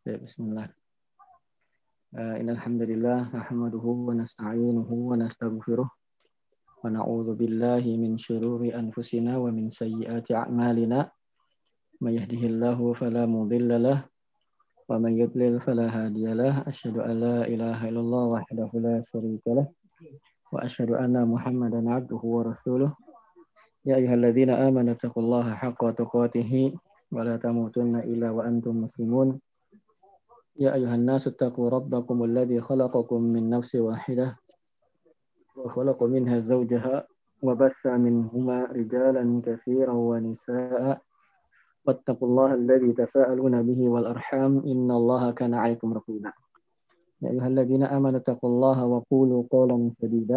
Bismillah. Innal hamdalillah nahmaduhu wa nasta'inuhu wa nastaghfiruh wa na'udzu billahi min shururi anfusina wa min sayyiati a'malina. May yahdihillahu fala mudilla lahu wa may yudlil fala hadiya lahu. Asyhadu an la ilaha illallah wahdahu la syarika lahu wa asyhadu anna Muhammadan 'abduhu wa rasuluh. Ya ayyuhalladzina amanu taqullaha haqqa tuqatih wa la tamutunna illa wa antum muslimun. Ya ayuhan nasu taqu rabbakum alladhi khalaqakum min nafsin wahidah wa khalaqa minha zawjaha wa bassa minhuma rijalan katsiran wa nisaa'a wattaqullaha alladhi tasaaluna bihi wal arham innallaha kana 'alaykum raqiba. Ya ayyuhalladzina amanu taqullaha wa qulu qawlan sadida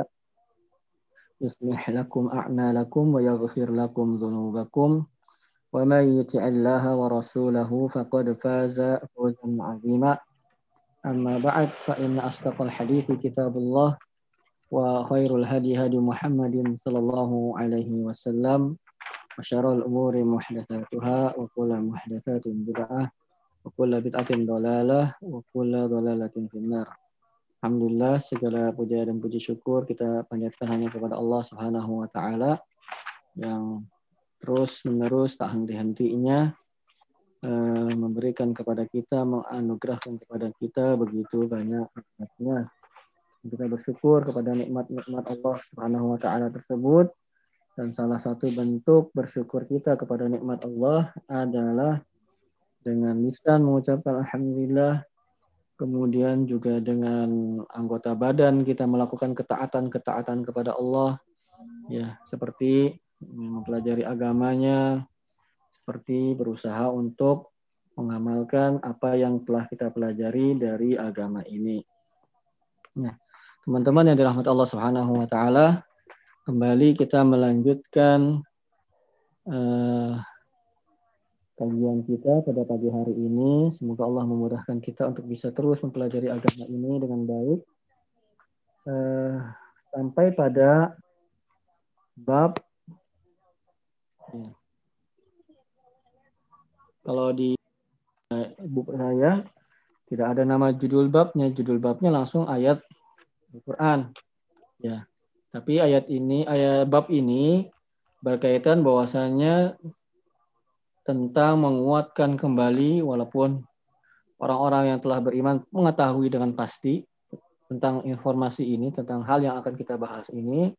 yuslih lakum a'malakum wa yaghfir lakum dhunubakum wa may yuti'illaha wa rasulahu faqad faza fawzan 'azima. Amma ba'd fa inna asdaqal hadithi kitabullah wa khairul hadi hadi Muhammadin sallallahu alaihi wasallam wa syarrul umuri muhdatsatuha wa kullu muhdatsatin bid'ah wa kullu bid'atin dhalalah wa kullu dhalalatin finnar. Alhamdulillah, segala puja dan puji syukur kita panjatkan hanya kepada Allah Subhanahu wa taala yang terus menerus tak henti-hentinya memberikan kepada kita, menganugerahkan kepada kita begitu banyak nikmatnya. Kita bersyukur kepada nikmat-nikmat Allah Subhanahu wa taala tersebut, dan salah satu bentuk bersyukur kita kepada nikmat Allah adalah dengan lisan mengucapkan alhamdulillah, kemudian juga dengan anggota badan kita melakukan ketaatan-ketaatan kepada Allah, ya, seperti mempelajari agamanya, seperti berusaha untuk mengamalkan apa yang telah kita pelajari dari agama ini. Nah, teman-teman yang dirahmati Allah Subhanahu wa taala, kembali kita melanjutkan kajian kita pada pagi hari ini. Semoga Allah memudahkan kita untuk bisa terus mempelajari agama ini dengan baik sampai pada bab ya. Kalau di buku saya tidak ada nama judul babnya langsung ayat Al-Quran. Ya, tapi bab ini berkaitan bahwasanya tentang menguatkan kembali, walaupun orang-orang yang telah beriman mengetahui dengan pasti tentang informasi ini, tentang hal yang akan kita bahas ini,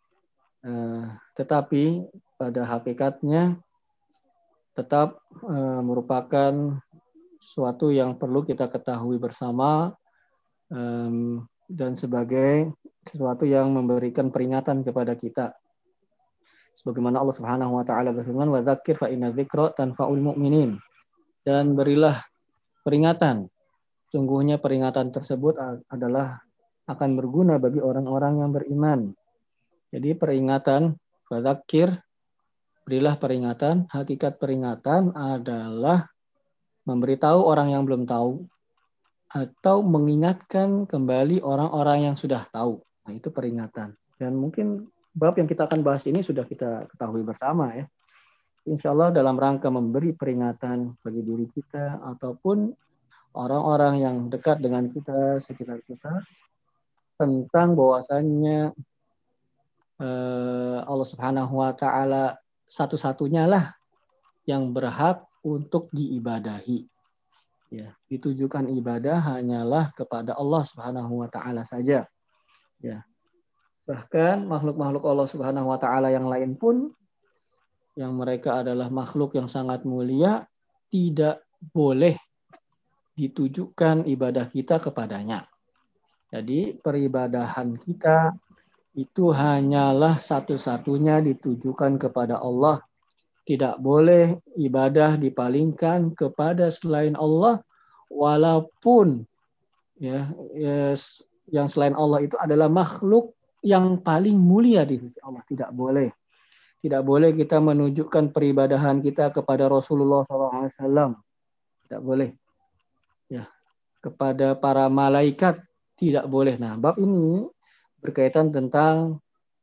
tetapi pada hakikatnya tetap merupakan suatu yang perlu kita ketahui bersama, dan sebagai sesuatu yang memberikan peringatan kepada kita. Sebagaimana Allah Subhanahu wa taala berfirman, "Wa dzakir fa inna dzikra tanfa'ul mu'minin." Dan berilah peringatan. Sungguhnya peringatan tersebut adalah akan berguna bagi orang-orang yang beriman. Jadi peringatan, wa dzakir, berilah peringatan. Hakikat peringatan adalah memberitahu orang yang belum tahu atau mengingatkan kembali orang-orang yang sudah tahu. Nah, itu peringatan. Dan mungkin bab yang kita akan bahas ini sudah kita ketahui bersama, ya. Insya Allah dalam rangka memberi peringatan bagi diri kita ataupun orang-orang yang dekat dengan kita, sekitar kita, tentang bahwasannya Allah Subhanahu wa taala satu-satunya lah yang berhak untuk diibadahi. Ya, ditujukan ibadah hanyalah kepada Allah Subhanahu wa taala saja. Ya. Bahkan makhluk-makhluk Allah Subhanahu wa taala yang lain pun, yang mereka adalah makhluk yang sangat mulia, tidak boleh ditujukan ibadah kita kepadanya. Jadi peribadahan kita itu hanyalah satu-satunya ditujukan kepada Allah. Tidak boleh ibadah dipalingkan kepada selain Allah, walaupun yang selain Allah itu adalah makhluk yang paling mulia di sisi Allah. Tidak boleh. Tidak boleh kita menunjukkan peribadahan kita kepada Rasulullah SAW. Tidak boleh. Ya, kepada para malaikat tidak boleh. Nah, bab ini berkaitan tentang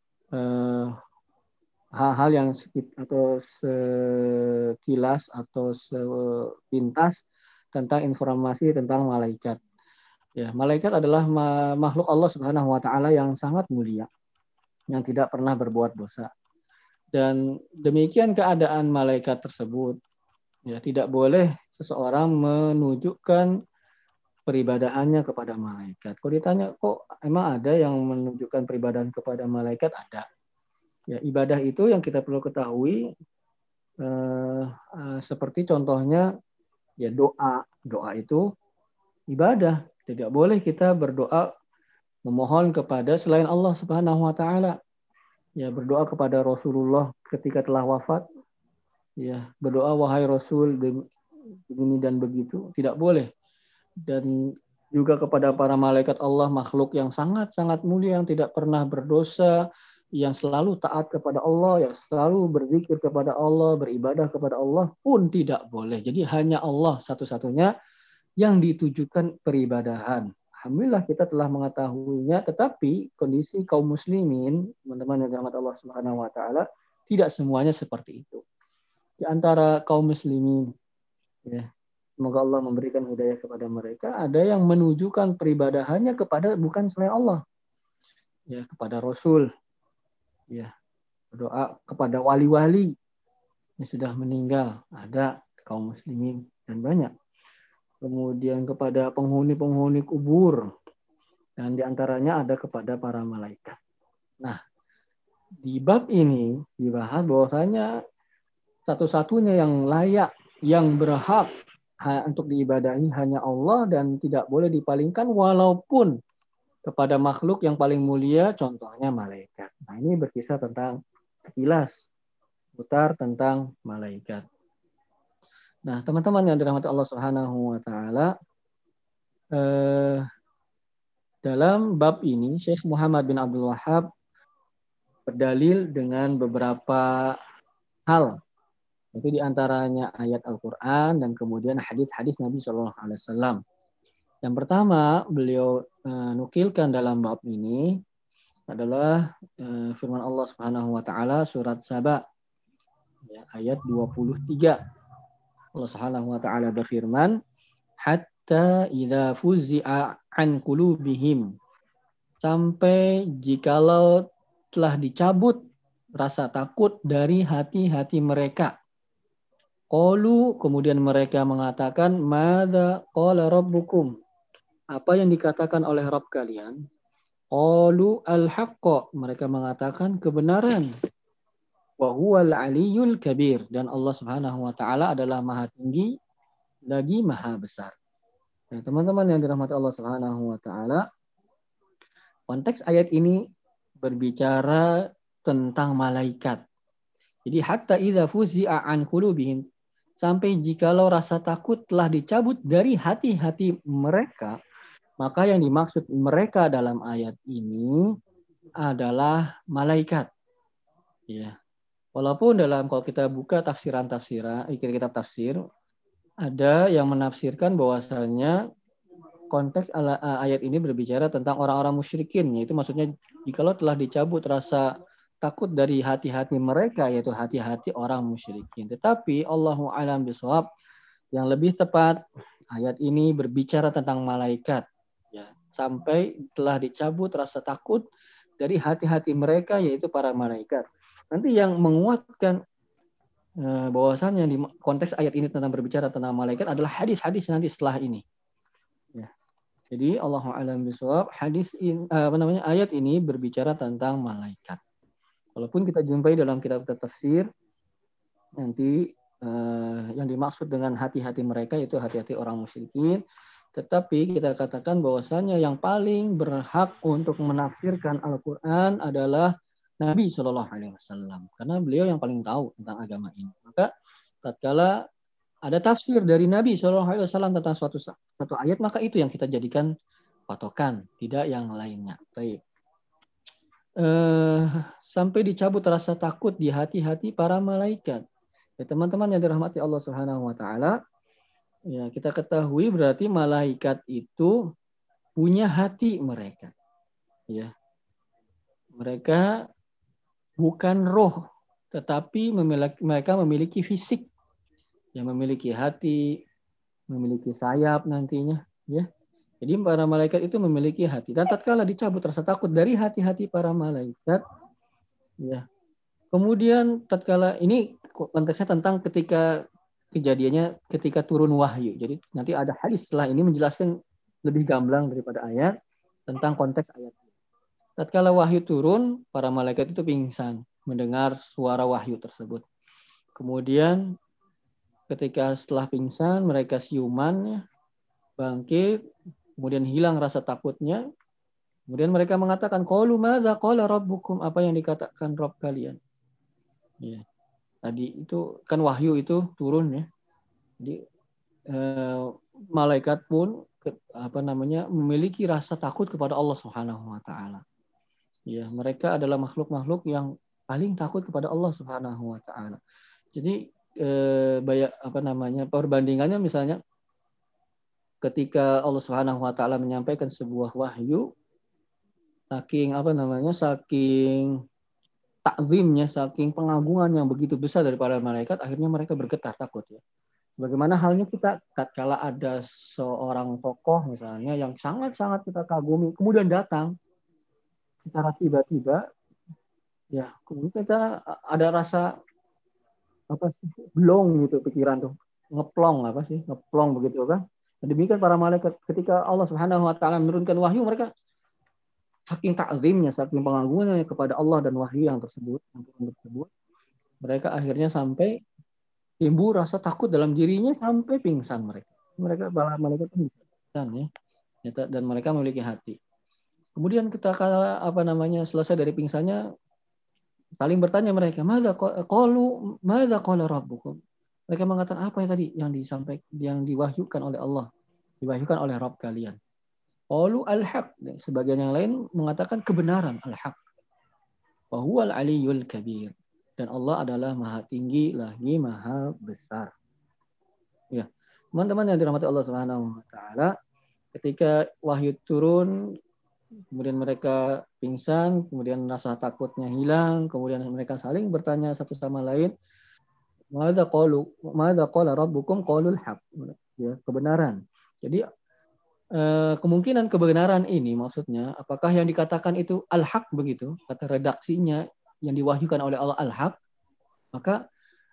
hal-hal yang sekilas atau sepintas tentang informasi tentang malaikat. Ya, malaikat adalah makhluk Allah Subhanahu wa taala yang sangat mulia, yang tidak pernah berbuat dosa. Dan demikian keadaan malaikat tersebut, ya tidak boleh seseorang menunjukkan peribadahannya kepada malaikat. Kalau ditanya, kok emang ada yang menunjukkan peribadahan kepada malaikat? Ada. Ya, ibadah itu yang kita perlu ketahui seperti contohnya ya doa. Doa itu ibadah. Tidak boleh kita berdoa memohon kepada selain Allah Subhanahu wa taala. Ya, berdoa kepada Rasulullah ketika telah wafat. Ya, berdoa wahai Rasul begini dan begitu, tidak boleh. Dan juga kepada para malaikat Allah, makhluk yang sangat-sangat mulia, yang tidak pernah berdosa, yang selalu taat kepada Allah, yang selalu berzikir kepada Allah, beribadah kepada Allah pun tidak boleh. Jadi hanya Allah satu-satunya yang ditujukan peribadahan. Alhamdulillah kita telah mengetahuinya, tetapi kondisi kaum muslimin, teman-teman yang dirahmati Allah Subhanahu wa taala, tidak semuanya seperti itu. Di antara kaum muslimin, ya, semoga Allah memberikan hidayah kepada mereka, ada yang menunjukkan peribadahannya kepada bukan selain Allah. Ya, kepada Rasul. Ya, berdoa kepada wali-wali yang sudah meninggal, ada kaum muslimin dan banyak. Kemudian kepada penghuni-penghuni kubur, dan diantaranya ada kepada para malaikat. Nah, di bab ini dibahas bahwasanya satu-satunya yang layak, yang berhak untuk diibadahi hanya Allah dan tidak boleh dipalingkan walaupun kepada makhluk yang paling mulia, contohnya malaikat. Nah, ini berkisah tentang sekilas putar tentang malaikat. Nah, teman-teman yang dirahmati Allah Subhanahu wa taala, dalam bab ini Syekh Muhammad bin Abdul Wahhab berdalil dengan beberapa hal. Itu diantaranya ayat Al-Quran dan kemudian hadis-hadis Nabi SAW. Yang pertama beliau nukilkan dalam bab ini adalah firman Allah Subhanahu wa taala surat Saba ya, ayat 23. Allah Subhanahu wa taala berfirman, hatta idza fuzi'a an qulubihim, sampai jikalau telah dicabut rasa takut dari hati-hati mereka. Qalu, kemudian mereka mengatakan, madza qala rabbukum, apa yang dikatakan oleh Rabb kalian? Qalu al-haqqa, mereka mengatakan kebenaran. Wa huwal aliyyul kabir, dan Allah Subhanahu wa taala adalah maha tinggi lagi maha besar. Nah, teman-teman yang dirahmati Allah Subhanahu wa taala, konteks ayat ini berbicara tentang malaikat. Jadi hatta idza fuzi'a an qulubihim, sampai jikalau rasa takut telah dicabut dari hati-hati mereka, maka yang dimaksud mereka dalam ayat ini adalah malaikat. Ya. Walaupun kalau kita buka tafsiran-tafsiran, kitab tafsir, ada yang menafsirkan bahwasanya konteks ayat ini berbicara tentang orang-orang musyrikin, yaitu maksudnya jikalau telah dicabut rasa takut dari hati-hati mereka, yaitu hati-hati orang musyrikin. Tetapi Allahu a'lam bishawab, yang lebih tepat ayat ini berbicara tentang malaikat, ya, sampai telah dicabut rasa takut dari hati-hati mereka, yaitu para malaikat. Nanti yang menguatkan bahwasannya di konteks ayat ini tentang berbicara tentang malaikat adalah hadis-hadis nanti setelah ini. Ya. Jadi Allahu a'lam bishawab, ayat ini berbicara tentang malaikat. Walaupun kita jumpai dalam kitab tafsir nanti yang dimaksud dengan hati-hati mereka itu hati-hati orang musyrikin, tetapi kita katakan bahwasanya yang paling berhak untuk menafsirkan Al-Qur'an adalah Nabi Shallallahu Alaihi Wasallam, karena beliau yang paling tahu tentang agama ini. Maka tatkala ada tafsir dari Nabi Shallallahu Alaihi Wasallam tentang satu ayat, maka itu yang kita jadikan patokan, tidak yang lainnya. Baik. Sampai dicabut rasa takut di hati-hati para malaikat. Ya, teman-teman yang dirahmati Allah Subhanahu wa taala, ya, kita ketahui berarti malaikat itu punya hati mereka. Ya. Mereka bukan roh, tetapi mereka memiliki fisik, yang memiliki hati, memiliki sayap nantinya, ya. Jadi para malaikat itu memiliki hati. Dan tatkala dicabut rasa takut dari hati-hati para malaikat, ya. Kemudian tatkala ini konteksnya tentang ketika kejadiannya ketika turun wahyu. Jadi nanti ada hadis setelah ini menjelaskan lebih gamblang daripada ayat tentang konteks ayat. Tatkala wahyu turun, para malaikat itu pingsan mendengar suara wahyu tersebut. Kemudian ketika setelah pingsan mereka siuman, bangkit, kemudian hilang rasa takutnya. Kemudian mereka mengatakan, qalu madza qala rabbukum, apa yang dikatakan Rabb kalian. Ya. Tadi itu kan wahyu itu turun ya. Jadi malaikat pun memiliki rasa takut kepada Allah Subhanahu wa taala. Ya, mereka adalah makhluk-makhluk yang paling takut kepada Allah Subhanahu wa taala. Jadi perbandingannya misalnya ketika Allah Subhanahu wa taala menyampaikan sebuah wahyu saking takzimnya, saking pengagungan yang begitu besar dari para malaikat, akhirnya mereka bergetar takut ya. Bagaimana halnya kita tatkala ada seorang tokoh misalnya yang sangat-sangat kita kagumi, kemudian datang secara tiba-tiba, ya kemudian kita ada rasa blong gitu pikiran tuh, ngeplong begitu kan. Dan demikian para malaikat ketika Allah Subhanahu wa taala menurunkan wahyu, mereka saking takzimnya, saking pengagungannya kepada Allah dan wahyu yang tersebut, mereka akhirnya sampai timbul rasa takut dalam dirinya sampai pingsan mereka. Para malaikat pingsan ya. Dan mereka memiliki hati. Kemudian kita selesai dari pingsannya, saling bertanya mereka, madza qala rabbukum? Mereka mengatakan apa yang tadi yang diwahyukan oleh Allah, diwahyukan oleh Rabb kalian. Qalu al-haq. Sebagian yang lain mengatakan kebenaran, al-haq. Wa huwal aliyyul kabir. Dan Allah adalah maha tinggi lagi maha besar. Ya. Teman-teman yang dirahmati Allah Subhanahu wa taala, ketika wahyu turun, kemudian mereka pingsan, kemudian rasa takutnya hilang, kemudian mereka saling bertanya satu sama lain, madza qala rabbukum? Qalul haq. Ya, kebenaran. Jadi kemungkinan kebenaran ini maksudnya apakah yang dikatakan itu al-haq begitu, kata redaksinya yang diwahyukan oleh Allah al-haq, maka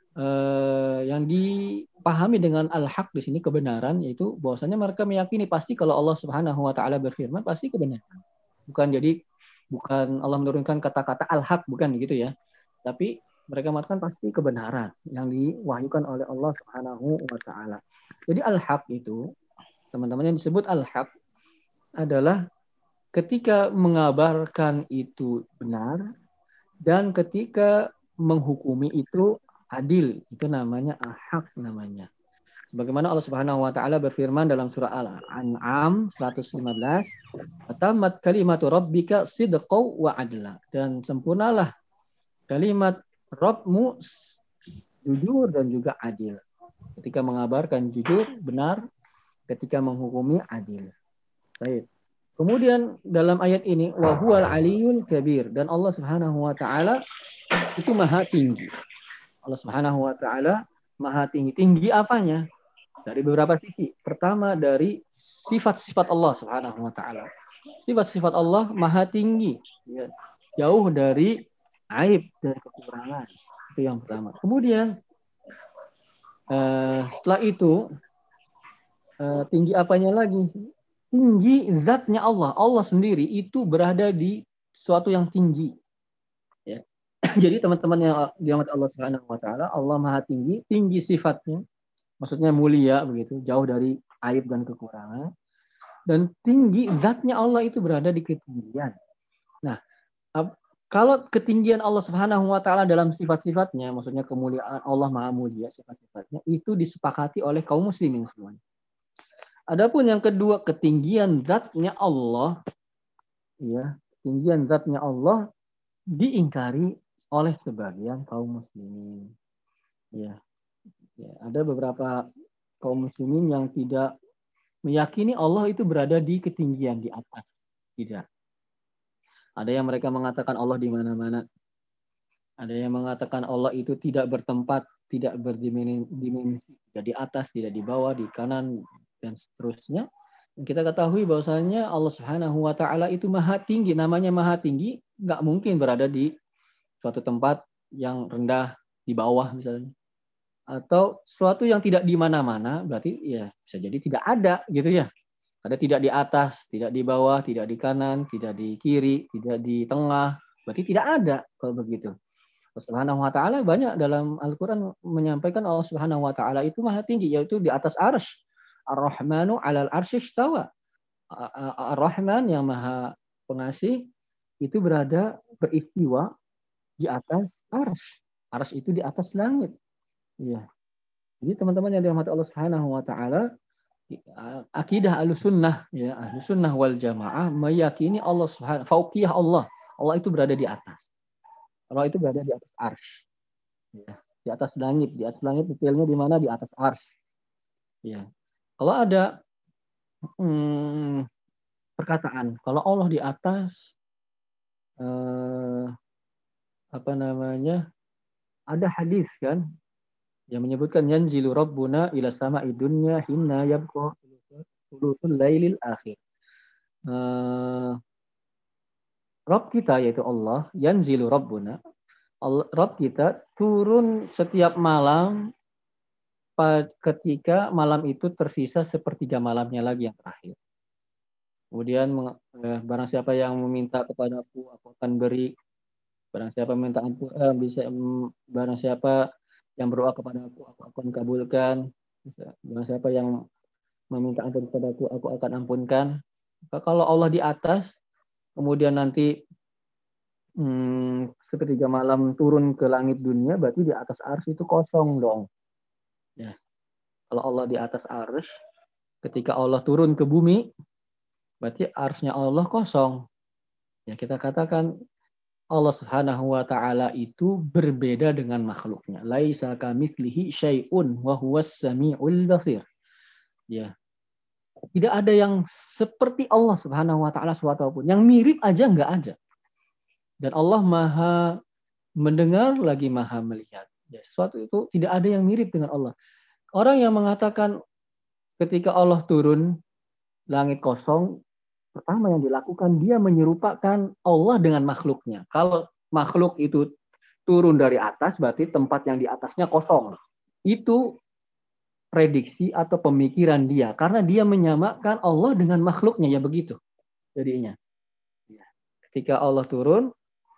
yang dipahami dengan al-haq di sini kebenaran, yaitu bahwasanya mereka meyakini pasti kalau Allah Subhanahu wa taala berfirman pasti kebenaran. Bukan Allah menurunkan kata-kata al-haq, bukan gitu ya. Tapi mereka mengatakan pasti kebenaran yang diwahyukan oleh Allah Subhanahu wa taala. Jadi al-haq itu, teman-teman, yang disebut al-haq adalah ketika mengabarkan itu benar dan ketika menghukumi itu adil, itu namanya al-haq namanya. Sebagaimana Allah Subhanahu wa taala berfirman dalam surah Al-An'am 115, "Tamat kalimatu rabbika sidqan wa adla." Dan sempurnalah kalimat Rabbmu jujur dan juga adil. Ketika mengabarkan jujur, benar, ketika menghukumi adil. Baik. Kemudian dalam ayat ini wa huwal aliyyul kabir, dan Allah Subhanahu wa taala itu maha tinggi. Allah Subhanahu wa taala maha tinggi. Tinggi apanya? Dari beberapa sisi. Pertama dari sifat-sifat Allah Subhanahu wa taala. Sifat-sifat Allah maha tinggi, ya. Jauh dari aib dan kekurangan. Itu yang pertama. Kemudian setelah itu tinggi apanya lagi? Tinggi zatnya Allah. Allah sendiri itu berada di suatu yang tinggi. Ya. Jadi teman-teman yang dirahmati Allah Subhanahu wa taala, Allah maha tinggi, tinggi sifatnya. Maksudnya mulia begitu, jauh dari aib dan kekurangan. Dan tinggi zatnya Allah itu berada di ketinggian. Nah, kalau ketinggian Allah Subhanahu wa taala dalam sifat-sifatnya, maksudnya kemuliaan Allah maha mulia sifat-sifatnya, itu disepakati oleh kaum muslimin semuanya. Adapun yang kedua, ketinggian zatnya Allah, ya, ketinggian zatnya Allah diingkari oleh sebagian kaum muslimin. Ya. Ya, ada beberapa kaum muslimin yang tidak meyakini Allah itu berada di ketinggian di atas. Tidak. Ada yang mereka mengatakan Allah di mana-mana. Ada yang mengatakan Allah itu tidak bertempat tidak berdimensi, tidak di atas, tidak di bawah, di kanan dan seterusnya. Kita ketahui bahwasanya Allah Subhanahu wa taala itu maha tinggi, namanya maha tinggi, nggak mungkin berada di suatu tempat yang rendah di bawah misalnya. Atau suatu yang tidak di mana-mana, berarti ya bisa jadi tidak ada gitu ya. Ada tidak di atas, tidak di bawah, tidak di kanan, tidak di kiri, tidak di tengah, berarti tidak ada kalau begitu. Allah Subhanahu wa taala banyak dalam Al-Qur'an menyampaikan Allah Subhanahu wa taala itu maha tinggi, yaitu di atas arsy. Ar-Rahmanu 'alal arsy istawa. Ar-Rahman yang maha pengasih itu berada beristiwa di atas arsy. Arsy itu di atas langit. Ya. Jadi teman-teman yang dirahmati Allah Subhanahu wa taala, akidah Ahlussunnah ya, Ahlussunnah wal Jamaah meyakini Allah Subhanahu fauqiyah Allah. Allah itu berada di atas. Allah itu berada di atas arsy. Ya. Di atas langit, detailnya di mana? Di atas arsy. Ya. Kalau ada perkataan kalau Allah di atas ada hadis kan yang menyebutkan yanzilu rabbuna ila sama'i dunya hinna yabqa thuluthul lailil akhir. Rabb kita yaitu Allah, yanzilu rabbuna, Rabb kita turun setiap malam ketika malam itu tersisa sepertiga malamnya lagi yang terakhir. Kemudian barang siapa yang meminta kepadaku, aku akan beri. Barang siapa minta ampun, barang siapa yang berdoa kepada aku akan kabulkan. Barang siapa yang meminta ampun kepadaku, aku akan ampunkan. Kalau Allah di atas, kemudian nanti sepertiga malam turun ke langit dunia, berarti di atas arsy itu kosong dong. Ya. Kalau Allah di atas arsy, ketika Allah turun ke bumi, berarti arsy-nya Allah kosong. Ya, kita katakan Allah Subhanahu wa taala itu berbeda dengan makhluknya. Laisa kamitslihi syai'un wa huwas samiul basir. Ya. Tidak ada yang seperti Allah Subhanahu wa taala suatu pun. Yang mirip aja enggak ada. Dan Allah Maha mendengar lagi Maha melihat. Ya, sesuatu itu tidak ada yang mirip dengan Allah. Orang yang mengatakan ketika Allah turun langit kosong, pertama yang dilakukan dia menyerupakan Allah dengan makhluknya. Kalau makhluk itu turun dari atas, berarti tempat yang di atasnya kosong. Itu prediksi atau pemikiran dia, karena dia menyamakan Allah dengan makhluknya, ya begitu. Jadinya, ketika Allah turun,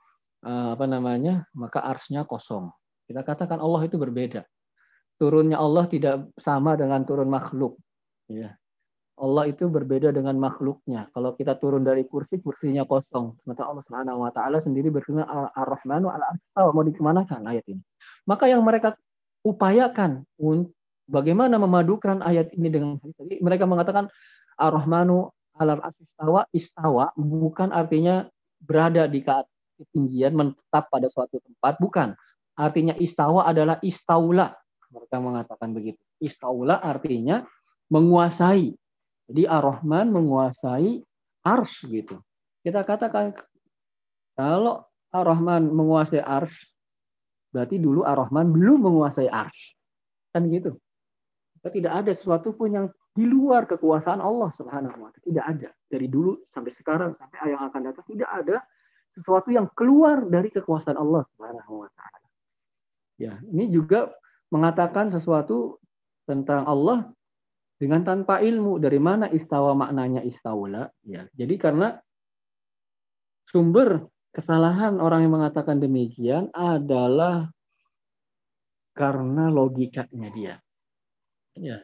maka arsy-nya kosong. Kita katakan Allah itu berbeda. Turunnya Allah tidak sama dengan turun makhluk. Ya. Allah itu berbeda dengan makhluknya. Kalau kita turun dari kursi, kursinya kosong. Sementara Allah Subhanahu wa taala sendiri berfirman Ar-Rahmanu 'ala arsy istawa. Mau dikemanakan ayat ini? Maka yang mereka upayakan bagaimana memadukan ayat ini dengan hadis. Mereka mengatakan Ar-Rahmanu 'ala arsy istawa bukan artinya berada di ketinggian, menetap pada suatu tempat, bukan. Artinya istawa adalah istaula. Mereka mengatakan begitu. Istaula artinya menguasai. Jadi Ar-Rahman menguasai arsy gitu. Kita katakan kalau Ar-Rahman menguasai arsy, berarti dulu Ar-Rahman belum menguasai arsy. Kan gitu. Tidak ada sesuatu pun yang di luar kekuasaan Allah Subhanahu wa taala. Tidak ada. Dari dulu sampai sekarang sampai yang akan datang tidak ada sesuatu yang keluar dari kekuasaan Allah Subhanahu wa taala. Ya, ini juga mengatakan sesuatu tentang Allah dengan tanpa ilmu. Dari mana istawa maknanya istaula? Ya, jadi karena sumber kesalahan orang yang mengatakan demikian adalah karena logikanya dia. Ya.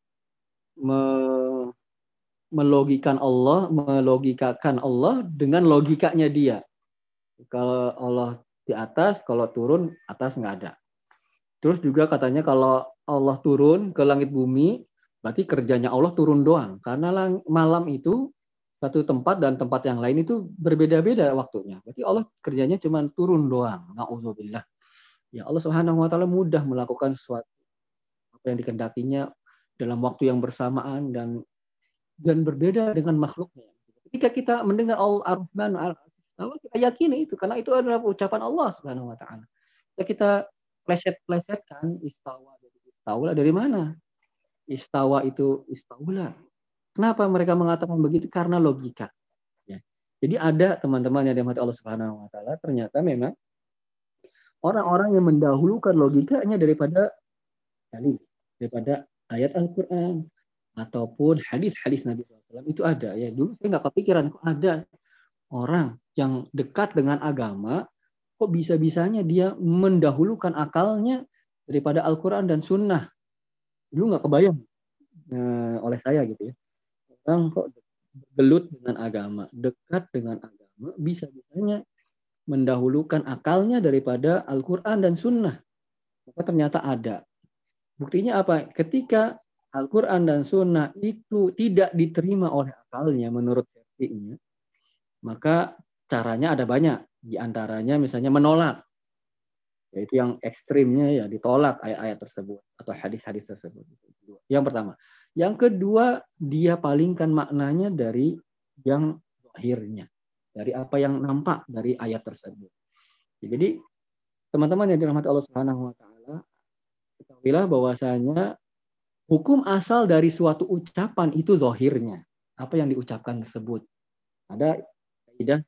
Melogikakan Allah dengan logikanya dia. Kalau Allah di atas, kalau turun atas nggak ada. Terus juga katanya kalau Allah turun ke langit bumi, berarti kerjanya Allah turun doang. Karena malam itu satu tempat dan tempat yang lain itu berbeda-beda waktunya. Berarti Allah kerjanya cuma turun doang. Na'udzubillah. Ya Allah Subhanahu wa taala mudah melakukan sesuatu apa yang dikehendakinya dalam waktu yang bersamaan dan berbeda dengan makhluknya. Ketika kita mendengar Ar-Rahman, kita yakini itu karena itu adalah ucapan Allah Subhanahu wa taala. Kita pleset-plesetkan istawa dari istaula dari mana? Istawa itu istaula. Kenapa mereka mengatakan begitu? Karena logika. Ya. Jadi ada teman-teman yang dirahmati Allah Subhanahu wa taala, ternyata memang orang-orang yang mendahulukan logikanya daripada ayat Al-Qur'an ataupun hadis-hadis Nabi SAW itu ada ya. Dulu saya nggak kepikiran kok ada orang yang dekat dengan agama kok bisa-bisanya dia mendahulukan akalnya daripada Al-Quran dan Sunnah. Dulu nggak kebayang oleh saya gitu ya. Orang kok gelut dengan agama, dekat dengan agama, bisa-bisanya mendahulukan akalnya daripada Al-Quran dan Sunnah. Maka ternyata ada. Buktinya apa? Ketika Al-Quran dan Sunnah itu tidak diterima oleh akalnya menurut versinya, maka caranya ada banyak. Di antaranya misalnya menolak. Yaitu yang ekstrimnya ya ditolak ayat-ayat tersebut atau hadis-hadis tersebut. Yang pertama. Yang kedua, dia palingkan maknanya dari yang zahirnya. Dari apa yang nampak dari ayat tersebut. Jadi teman-teman yang dirahmati Allah Subhanahu wa taala, ketahuilah bahwasanya hukum asal dari suatu ucapan itu zahirnya. Apa yang diucapkan tersebut. Ada kaidah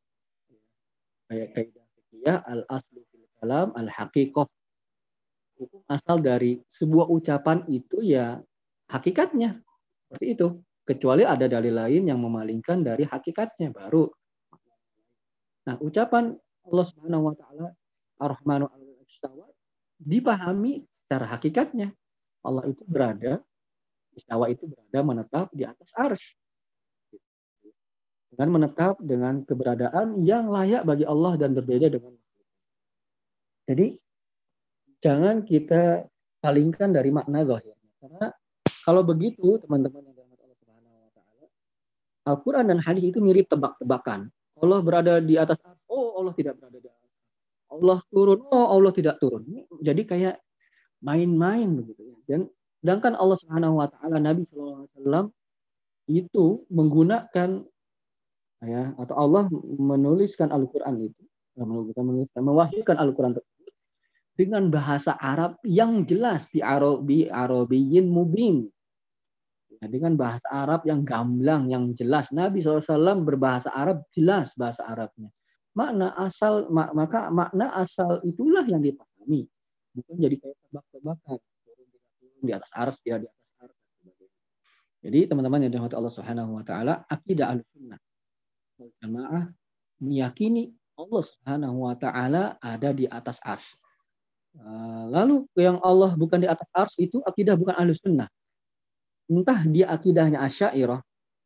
fikih al-aslu fil kalam al-haqiqah. Hukum asal dari sebuah ucapan itu ya hakikatnya. Seperti itu. Kecuali ada dalil lain yang memalingkan dari hakikatnya baru. Nah, ucapan Allah Subhanahu wa taala Ar-Rahmanu 'alal 'arsy istawa dipahami secara hakikatnya. Allah itu berada, istawa itu berada menetap di atas arsy. Dengan menetap dengan keberadaan yang layak bagi Allah dan berbeda dengan. Jadi jangan kita palingkan dari makna zahirnya. Karena kalau begitu teman-teman yang dirahmati Allah Subhanahu wa taala, Al-Qur'an dan hadis itu mirip tebak-tebakan. Allah berada di atas arsy, oh Allah tidak berada di atas. Allah turun, oh Allah tidak turun. Jadi kayak main-main begitu ya. Dan sedangkan Allah Subhanahu wa taala, Nabi sallallahu alaihi wasallam itu menggunakan ya atau Allah menuliskan Al-Qur'an itu, mewahyukan Al-Qur'an tersebut dengan bahasa Arab yang jelas di Arabiyyin mubin. Ya, dengan bahasa Arab yang gamblang, yang jelas. Nabi SAW berbahasa Arab jelas bahasa Arabnya. Maka makna asal itulah yang dipahami. Bukan jadi kayak tebak-tebakan. Di atas arsy, dia di atas arsy. Jadi teman-teman yang dirahmati Allah Subhanahu wa taala, akidah Ahlussunnah wal Jamaah meyakini Allah Subhanahu wa taala ada di atas arsy. Lalu yang Allah bukan di atas arsy itu akidah bukan Ahlussunnah. Entah dia akidahnya Asy'ariyah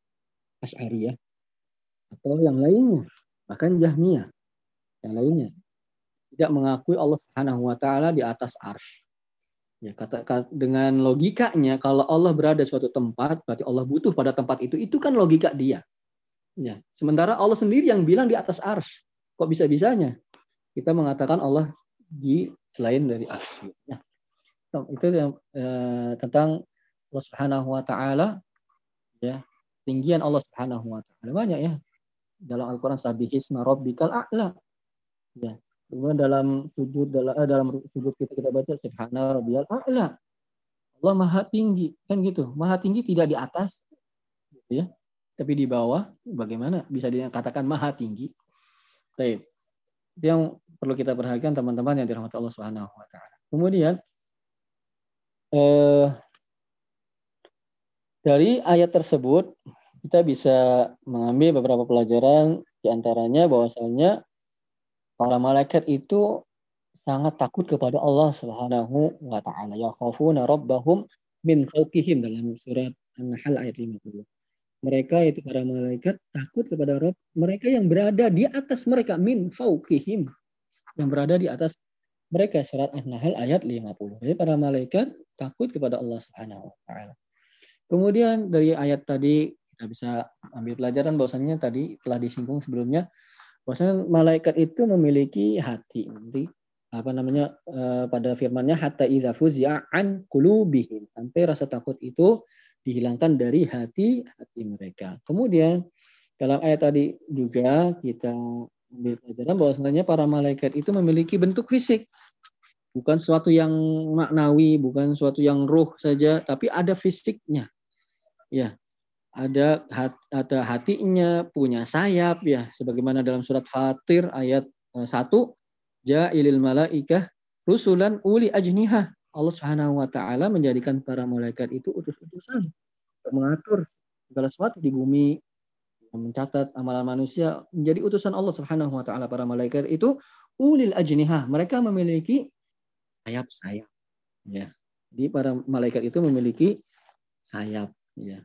atau yang lainnya, bahkan Jahmiyah, yang lainnya tidak mengakui Allah Subhanahu wa taala di atas arsy. Ya, dengan logikanya kalau Allah berada di suatu tempat, berarti Allah butuh pada tempat itu. Itu kan logika dia. Ya, sementara Allah sendiri yang bilang di atas arsy. Kok bisa-bisanya kita mengatakan Allah di selain dari arsy. Ya. Itu yang tentang Allah Subhanahu wa taala, ya, tinggian Allah Subhanahu wa taala. Banyak ya. Dalam Al-Qur'an sabbihisma rabbikal a'la. Ya. Kemudian dalam sujud kita baca subhana rabbiyal a'la. Allah maha tinggi, kan gitu. Maha tinggi tidak di atas, gitu ya. Tapi di bawah, bagaimana bisa dikatakan maha tinggi? Baik. Itu yang perlu kita perhatikan teman-teman yang dirahmati Allah Subhanahu wa taala. Kemudian dari ayat tersebut kita bisa mengambil beberapa pelajaran, di antaranya bahwasanya para malaikat itu sangat takut kepada Allah Subhanahu wa taala. Ya khafuna rabbahum min fawqihim dalam surat An-Nahl ayat 50. Mereka itu para malaikat takut kepada Rabb mereka yang berada di atas mereka, min fawqihim, yang berada di atas mereka, surat An-Nahl ayat 50. Jadi para malaikat takut kepada Allah Subhanahu wa taala. Kemudian dari ayat tadi kita bisa ambil pelajaran bahwasanya tadi telah disinggung sebelumnya bahwasanya malaikat itu memiliki hati. Nanti pada firman-Nya hatta idza fuzi'a an qulubihim, sampai rasa takut itu dihilangkan dari hati mereka. Kemudian dalam ayat tadi juga kita ambil pelajaran bahwasanya para malaikat itu memiliki bentuk fisik. Bukan suatu yang maknawi, bukan suatu yang ruh saja, tapi ada fisiknya. Ya, ada hatinya, punya sayap ya, sebagaimana dalam surat Fatir ayat 1, ja'ilil malaikah rusulan uli ajnihah. Allah Subhanahu wa taala menjadikan para malaikat itu utus-utusan untuk mengatur segala sesuatu di bumi, mencatat amalan manusia, menjadi utusan Allah Subhanahu wa taala. Para malaikat itu ulil ajnihah, mereka memiliki sayap-sayap ya. Jadi para malaikat itu memiliki sayap ya.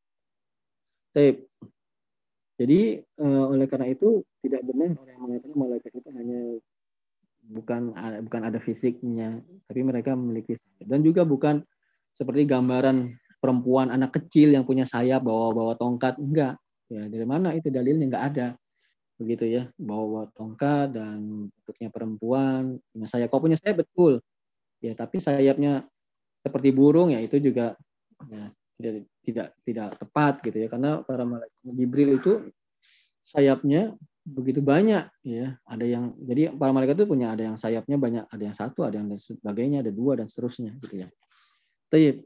Jadi oleh karena itu tidak benar orang yang mengatakan malaikat itu hanya bukan ada fisiknya, tapi mereka memiliki sayap. Dan juga bukan seperti gambaran perempuan anak kecil yang punya sayap bawa tongkat, enggak. Ya, dari mana itu dalilnya? Enggak ada. Begitu ya, bawa tongkat dan bentuknya perempuan punya sayap. Kalau punya sayap betul. Ya, tapi sayapnya seperti burung ya itu juga ya, tidak tepat gitu ya, karena para malaikat Jibril itu sayapnya begitu banyak ya, ada yang jadi para malaikat itu punya, ada yang sayapnya banyak, ada yang satu, ada yang dan sebagainya, ada dua dan seterusnya gitu ya. Taib.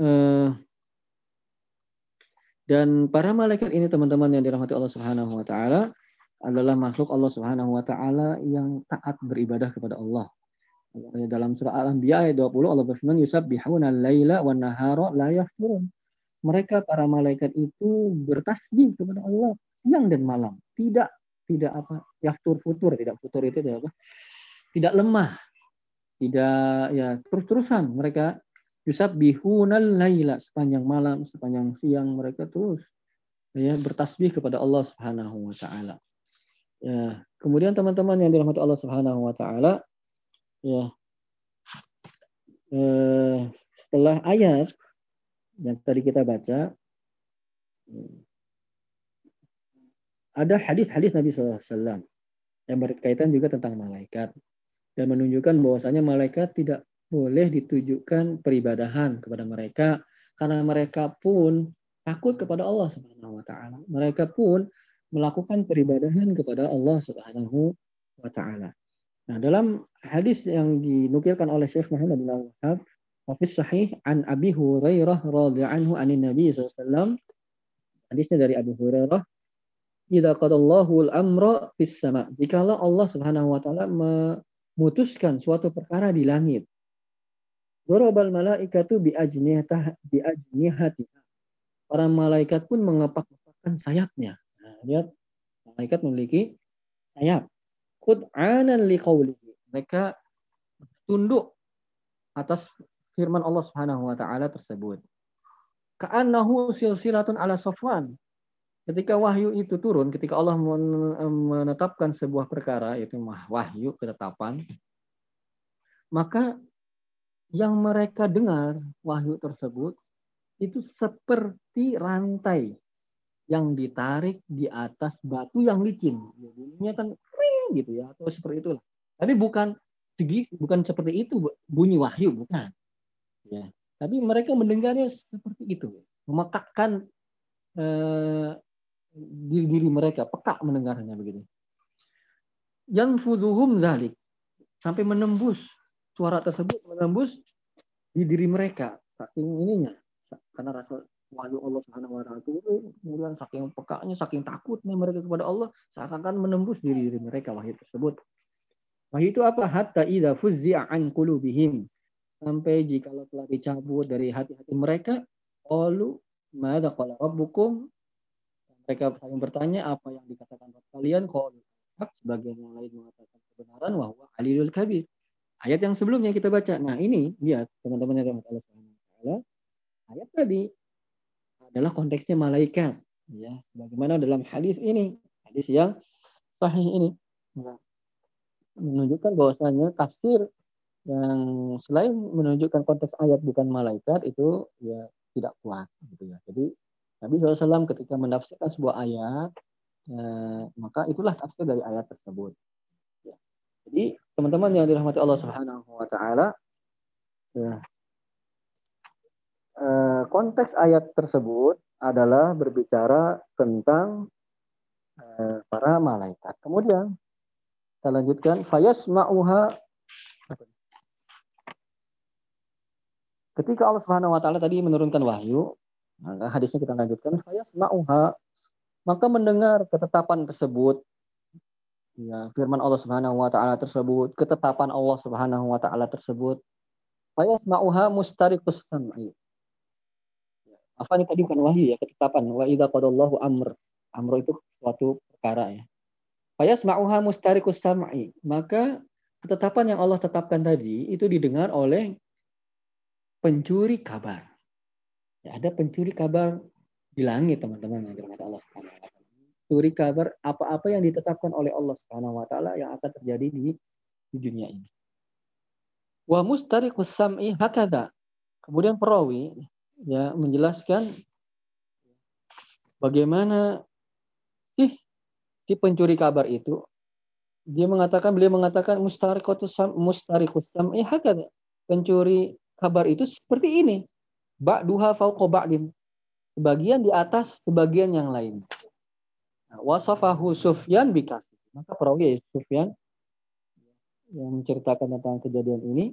Dan para malaikat ini teman-teman yang dirahmati Allah Subhanahu wa taala adalah makhluk Allah Subhanahu wa taala yang taat beribadah kepada Allah. Dalam surah Al-Anbiya ayat 20 Allah berfirman yusabbihuna al-laila wan nahara la yafturun. Mereka para malaikat itu bertasbih kepada Allah siang dan malam. Tidak apa yaftur futur, tidak futur itu tidak apa? Tidak lemah, tidak ya terus-terusan mereka yusabbihunal laila, sepanjang malam, sepanjang siang mereka terus ya bertasbih kepada Allah Subhanahu wa taala. Ya, kemudian teman-teman yang dirahmati Allah Subhanahu wa taala ya setelah ayat yang tadi kita baca ada hadis-hadis Nabi SAW yang berkaitan juga tentang malaikat dan menunjukkan bahwasanya malaikat tidak boleh ditujukan peribadahan kepada mereka karena mereka pun takut kepada Allah Subhanahu wa taala. Mereka pun melakukan peribadahan kepada Allah Subhanahu wa taala. Nah, dalam hadis yang dinukilkan oleh Syekh Muhammad bin Al-Wahhab, Hafiz Sahih an Abi Hurairah radhiyallahu anhu anin Nabi SAW, hadisnya dari Abu Hurairah, idza qadallahu al-amra fis sama. Jikalau Allah Subhanahu wa taala memutuskan suatu perkara di langit, darabal malaikatu bi ajnihati. Para malaikat pun mengepak-ngepakkan sayapnya. Nah, lihat malaikat memiliki sayap. Qud'anan liqaulihi. Mereka tunduk atas firman Allah Subhanahu wa taala tersebut. Ka'annahu silsilatun ala Safwan. Ketika wahyu itu turun, ketika Allah menetapkan sebuah perkara, itu wahyu ketetapan, maka yang mereka dengar wahyu tersebut itu seperti rantai yang ditarik di atas batu yang licin. Bunyinya kan kring gitu ya, atau seperti itulah. Tapi bukan seperti itu bunyi wahyu, bukan. Ya. Tapi mereka mendengarnya seperti itu, memekakkan diri mereka, peka mendengarnya begitu. Yang fuduhum zalik, sampai menembus suara tersebut, menembus di diri mereka, saking ininya, karena rasa wahyu Allah Subhanahu wa taala turun, kemudian saking pekanya, saking takutnya mereka kepada Allah, seakan-akan menembus diri mereka wahyu tersebut. Wahyu itu apa? Hatta idza fuzzi'a an qulubihim, sampai jikalau telah dicabut dari hati-hati mereka, qalu madza qala rabbukum, mereka saling bertanya apa yang dikatakan Rabb kalian, qalu sebagian yang lain mengatakan kebenaran, wa huwa aliyul kabir. Ayat yang sebelumnya kita baca. Nah, ini lihat teman-teman yang dirahmati Allah Subhanahu wa taala. Ayat tadi adalah konteksnya malaikat, ya. Bagaimana dalam hadis ini, hadis yang sahih ini, nah, menunjukkan bahwasanya tafsir yang selain menunjukkan konteks ayat bukan malaikat itu ya tidak kuat gitu ya. Jadi Nabi SAW ketika menafsirkan sebuah ayat maka itulah tafsir dari ayat tersebut. Ya. Jadi teman-teman yang dirahmati Allah Subhanahu wa taala, ya, konteks ayat tersebut adalah berbicara tentang para malaikat. Kemudian kita lanjutkan fayasma'uha Ketika Allah Subhanahu wa taala tadi menurunkan wahyu, maka hadisnya kita lanjutkan, fayasma'uha, maka mendengar ketetapan tersebut, ya, firman Allah Subhanahu wa taala tersebut, ketetapan Allah Subhanahu wa taala tersebut, fayasma'uha mustariqus sam'i. Apa ini tadi bukan wahyu ya, ketetapan. Wa idza qadallahu amr. Amr itu suatu perkara ya. Fayasma'uha mustariqus sam'i. Maka ketetapan yang Allah tetapkan tadi itu didengar oleh pencuri kabar. Ya, ada pencuri kabar di langit, teman-teman yang dirahmati Allah Subhanahu wa taala. Pencuri kabar apa-apa yang ditetapkan oleh Allah Subhanahu wa taala yang akan terjadi di dunia ini. Wa mustariqus sam'i hakadha. Kemudian perawi ya menjelaskan bagaimana si pencuri kabar itu, beliau mengatakan mustariqus sam'i hakadha. Pencuri kabar itu seperti ini. Ba'duha fauqa ba'din. Sebagian di atas sebagian yang lain. Wasafahu Sufyan bika. Maka perawi Sufyan yang menceritakan tentang kejadian ini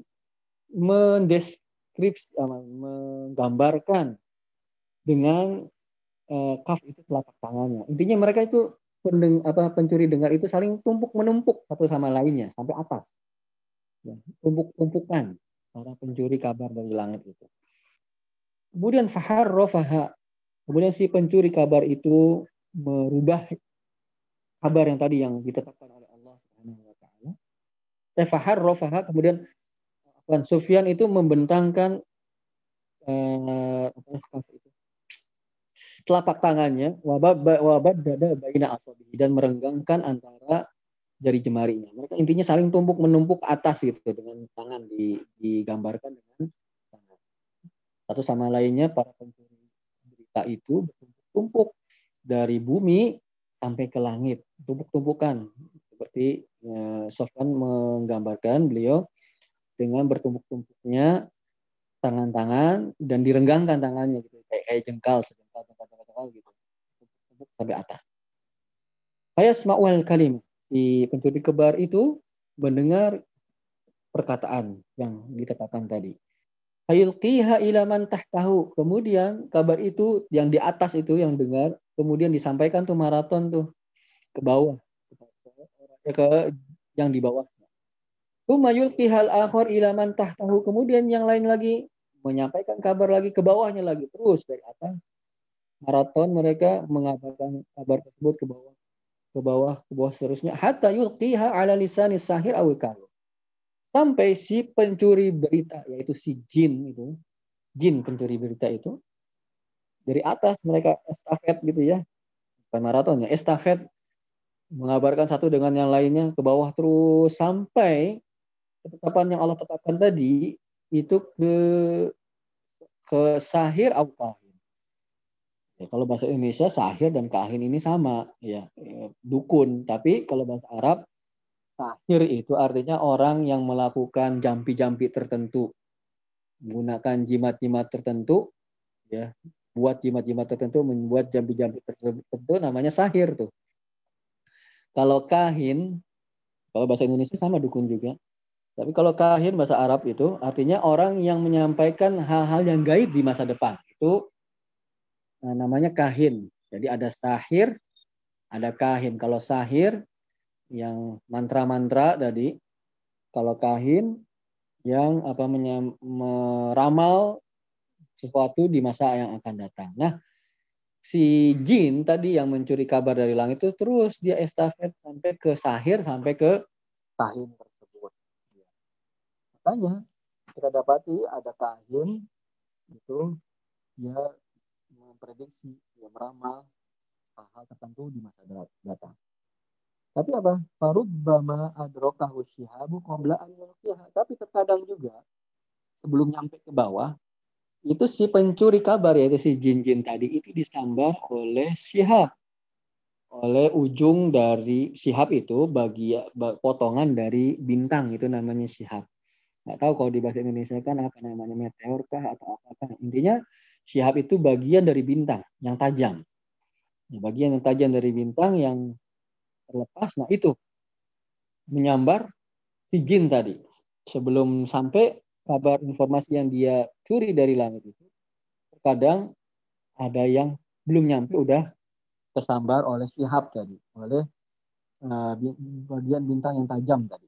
menggambarkan dengan kaf itu telapak tangannya. Intinya mereka itu pencuri dengar itu saling tumpuk menumpuk satu sama lainnya sampai atas. Ya, tumpuk-tumpukan para pencuri kabar dari langit itu. Kemudian faharrafaha. Kemudian si pencuri kabar itu merubah kabar yang tadi yang ditetapkan oleh Allah Subhanahu wa taala. Faharrafaha, kemudian Sufyan itu membentangkan telapak tangannya wabad dada baina asabihi dan merenggangkan antara jari jemarinya. Mereka intinya saling tumpuk menumpuk atas gitu dengan tangan digambarkan dengan tangan. Satu sama lainnya para pencuri berita itu bertumpuk-tumpuk dari bumi sampai ke langit, tumpuk-tumpukan seperti Sofyan menggambarkan beliau dengan bertumpuk-tumpuknya tangan-tangan dan direnggangkan tangannya gitu kayak jengkal sejengkal gitu sampai atas. Fayasma'ul kalim, si pencuri kabar itu mendengar perkataan yang ditetapkan tadi. Fayulqiha ila man tahtahu, kemudian kabar itu yang di atas itu yang dengar kemudian disampaikan tuh maraton tuh ke bawah ke yang di bawah. Yulqihal akhir ila man tahtahu, kemudian yang lain lagi menyampaikan kabar lagi ke bawahnya lagi, terus dari atas maraton mereka mengabarkan kabar tersebut ke bawah seterusnya hatta yulqiha ala lisani sahir aw kahin, sampai si pencuri berita yaitu si jin pencuri berita itu dari atas mereka estafet gitu ya, bukan maraton ya, estafet mengabarkan satu dengan yang lainnya ke bawah terus sampai ketetapan yang Allah tetapkan tadi itu ke sahir atau kahin. Ya, kalau bahasa Indonesia sahir dan kahin ini sama ya, dukun. Tapi kalau bahasa Arab sahir itu artinya orang yang melakukan jampi-jampi tertentu, menggunakan jimat-jimat tertentu, ya, buat jimat-jimat tertentu, membuat jampi-jampi tertentu, namanya sahir tuh. Kalau kahin, kalau bahasa Indonesia sama dukun juga. Tapi kalau kahin bahasa Arab itu artinya orang yang menyampaikan hal-hal yang gaib di masa depan. Itu namanya kahin. Jadi ada sahir, ada kahin. Kalau sahir yang mantra-mantra tadi, kalau kahin yang meramal sesuatu di masa yang akan datang. Nah, si jin tadi yang mencuri kabar dari langit itu terus dia estafet sampai ke sahir, sampai ke kahin tersebut. Makanya kita dapati ada kahin itu dia memprediksi, dia meramal hal-hal tertentu di masa datang. Tapi apa? Farubbama adrakahu syihabu qabla an yulqiha. Tapi terkadang juga sebelum nyampe ke bawah, itu si pencuri kabar yaitu si jin-jin tadi itu disambar oleh syihab. Oleh ujung dari syihab itu potongan dari bintang, itu namanya syihab. Nggak tahu kalau di bahasa Indonesia kan apa namanya, meteor kah atau apa. Intinya syihab itu bagian dari bintang yang tajam. Bagian yang tajam dari bintang yang terlepas, nah itu menyambar si jin tadi. Sebelum sampai kabar informasi yang dia curi dari langit itu, terkadang ada yang belum nyampe udah kesambar oleh Syihab tadi, oleh bagian bintang yang tajam tadi.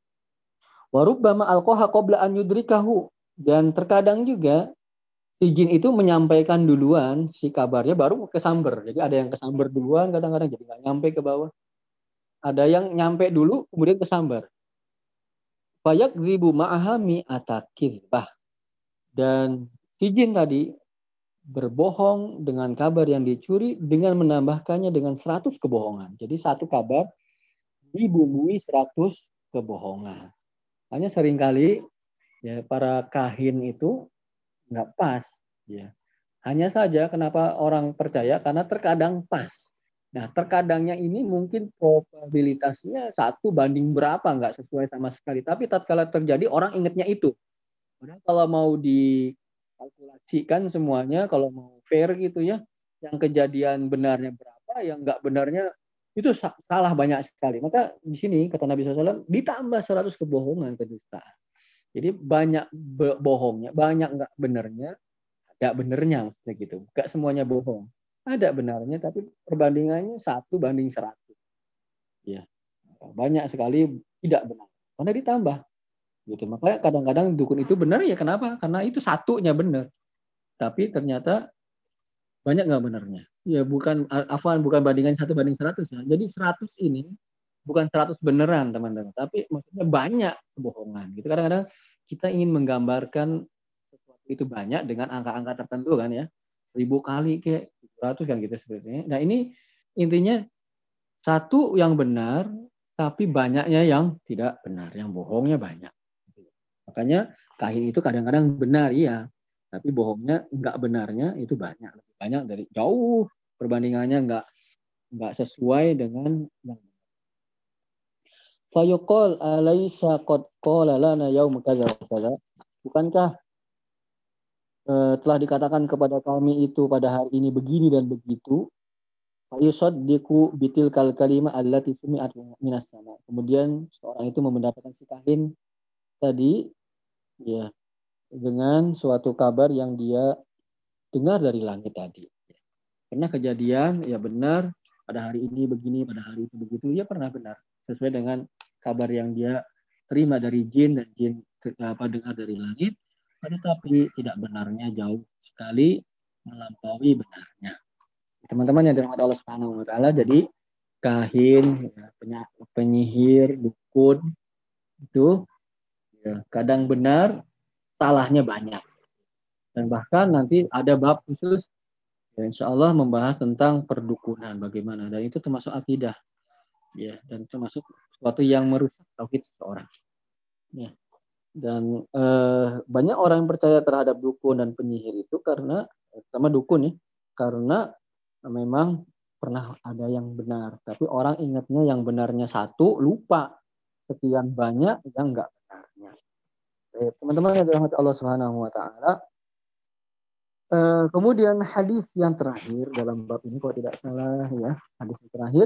Wa rubbama alqaha qabla an yudrikahu, dan terkadang juga si jin itu menyampaikan duluan si kabarnya baru kesamber. Jadi ada yang kesamber duluan kadang-kadang jadi nggak nyampe ke bawah. Ada yang nyampe dulu kemudian kesambar. Fayak ribu ma'ahami atakilbah. Dan si jin tadi berbohong dengan kabar yang dicuri dengan menambahkannya dengan 100 kebohongan. Jadi satu kabar dibumbui 100 kebohongan. Hanya seringkali ya para kahin itu nggak pas. Ya. Hanya saja kenapa orang percaya karena terkadang pas. Nah terkadangnya ini mungkin probabilitasnya 1 banding berapa nggak sesuai sama sekali. Tapi tatkala terjadi orang ingatnya itu. Padahal kalau mau dikalkulasikan semuanya, kalau mau fair gitu ya, yang kejadian benarnya berapa, yang nggak benarnya itu salah banyak sekali. Maka di sini kata Nabi SAW ditambah 100 kebohongan, kedustaan. Jadi banyak bohongnya, banyak nggak benernya, nggak benernya maksudnya gitu. Nggak semuanya bohong. Ada benarnya, tapi perbandingannya 1 banding 100. Ya, banyak sekali tidak benar. Karena ditambah. Gitu. Makanya kadang-kadang dukun itu benar ya kenapa? Karena itu satunya benar. Tapi ternyata banyak nggak benarnya. Ya bukan bukan bandingan 1 banding 100 ya. Jadi 100 ini bukan 100 beneran teman-teman. Tapi maksudnya banyak kebohongan. Gitu. Kadang-kadang kita ingin menggambarkan sesuatu itu banyak dengan angka-angka tertentu kan ya. 1000 kali kayak 100 kan gitu sebenarnya. Nah ini intinya satu yang benar tapi banyaknya yang tidak benar. Yang bohongnya banyak. Makanya kahin itu kadang-kadang benar iya, tapi bohongnya enggak benarnya itu banyak, lebih banyak dari jauh perbandingannya enggak sesuai dengan yang fayuqal alaysa qad qala lana yaum kadza kadza. Bukankah telah dikatakan kepada kami itu pada hari ini begini dan begitu? Fayusaddiqu bitilkal kalimah allati sumi'at minas sama. Kemudian seorang itu membenarkan si kahin tadi ya dengan suatu kabar yang dia dengar dari langit tadi. Pernah kejadian, ya benar, pada hari ini begini, pada hari itu begitu, ya pernah benar. Sesuai dengan kabar yang dia terima dari jin dan jin dengar dari langit, tetapi tidak benarnya jauh sekali melampaui benarnya. Teman-teman yang dirahmati Allah Subhanahu wa taala, jadi kahin, penyihir, dukun itu ya, kadang benar, salahnya banyak. Dan bahkan nanti ada bab khusus ya, insya Allah membahas tentang perdukunan bagaimana, dan itu termasuk akidah ya, dan termasuk sesuatu yang merusak tauhid seseorang ya. Dan banyak orang yang percaya terhadap dukun dan penyihir itu karena sama dukun ya, karena memang pernah ada yang benar, tapi orang ingatnya yang benarnya satu, lupa sekian banyak yang enggak benarnya. Teman-teman yang dirahmati Allah Subhanahu wa taala, kemudian hadis yang terakhir dalam bab ini kalau tidak salah ya, hadis yang terakhir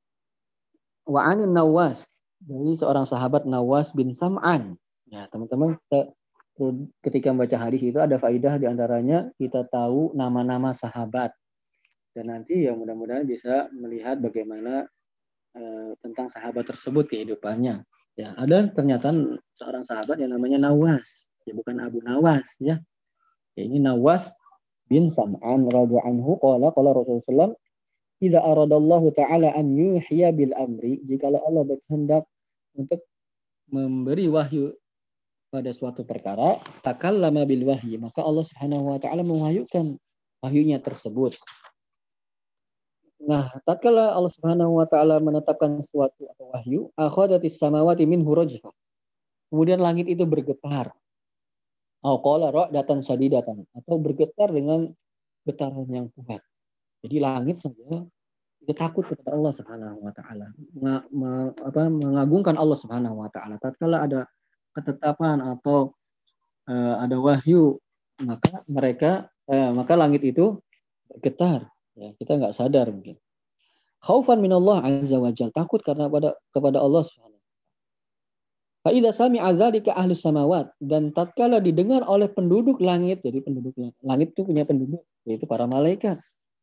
wa anin Nawas, dari seorang sahabat Nawas bin Sam'an. Ya, teman-teman ketika membaca hadis itu ada faidah diantaranya kita tahu nama-nama sahabat dan nanti ya mudah-mudahan bisa melihat bagaimana tentang sahabat tersebut kehidupannya. Ya, ada ternyata seorang sahabat yang namanya Nawas, ya bukan Abu Nawas ya. Ya ini Nawas bin Sam'an radhiyallahu anhu qala Rasulullah idza aradallahu ta'ala an yuhya bil amri, jikalau Allah berkehendak untuk memberi wahyu pada suatu perkara, takallama bil wahyi, maka Allah Subhanahu wa taala mewahyukan wahyunya tersebut. Nah, tatkala Allah Subhanahu wa taala menetapkan suatu atau wahyu, akhadatis samawati minhu rajfa. Kemudian langit itu bergetar. Au qala ra'datan sadidatan, atau bergetar dengan getaran yang kuat. Jadi langit saja dia takut kepada Allah Subhanahu wa taala. Mengagungkan Allah Subhanahu wa taala. Tatkala ada ketetapan atau ada wahyu, maka langit itu bergetar. Ya, kita nggak sadar mungkin. Khaufan minallah azza wa jalla, takut karena kepada Allah Subhanahu. Fa idza sami'a dzalika ahlus samawat, dan tatkala didengar oleh penduduk langit, jadi penduduk langit itu punya penduduk yaitu para malaikat.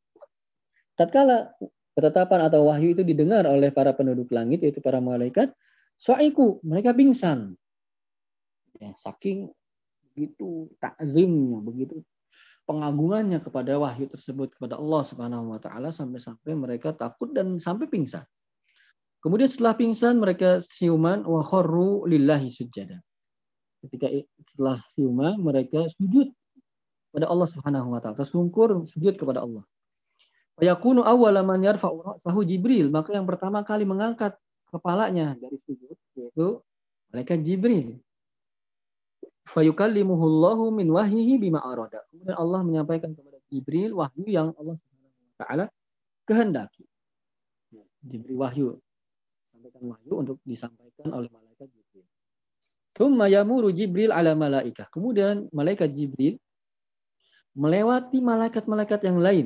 Tatkala ketetapan atau wahyu itu didengar oleh para penduduk langit yaitu para malaikat, sa'iku, mereka pingsan. Ya, saking begitu takzimnya, begitu pengagungannya kepada wahyu tersebut kepada Allah Subhanahu wa taala sampai-sampai mereka takut dan sampai pingsan. Kemudian setelah pingsan mereka siuman wa kharru lillahi sujada. Ketika setelah siuman mereka sujud kepada Allah Subhanahu wa taala, tersungkur sujud kepada Allah. Wa yakunu awwala man yarfa'u ra'sahu Jibril, maka yang pertama kali mengangkat kepalanya dari sujud yaitu malaikat Jibril. Fa yukallimuhullahu min wahyihi bima arada. Kemudian Allah menyampaikan kepada Jibril wahyu yang Allah Subhanahu wa taala kehendaki. Diberi wahyu, sampaikan wahyu untuk disampaikan oleh malaikat Jibril. Tsumma yamuru Jibril ala malaikah. Kemudian malaikat Jibril melewati malaikat-malaikat yang lain.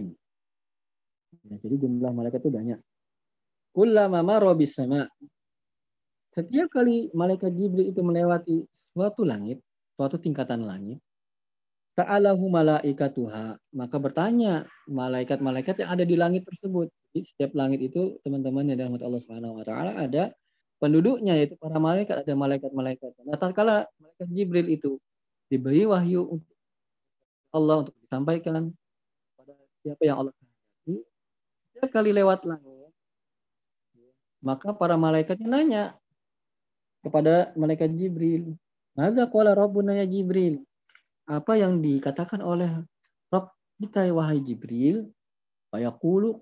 Ya, jadi jumlah malaikat itu banyak. Kullama marra bis sama. Setiap kali malaikat Jibril itu melewati suatu langit, suatu tingkatan langit, ta'alahu malaikatuha, maka bertanya malaikat-malaikat yang ada di langit tersebut. Jadi setiap langit itu teman-teman yang dirahmati Allah Subhanahu wa taala ada penduduknya yaitu para malaikat, ada malaikat-malaikat. Nah, tatkala malaikat Jibril itu diberi wahyu untuk Allah untuk disampaikan pada siapa yang Allah kehendaki, setiap kali lewat langit, maka para malaikatnya nanya kepada malaikat Jibril, "Madza qala rabbuna ya Jibril?" Apa yang dikatakan oleh Rabb kita wahai Jibril? Fayaqul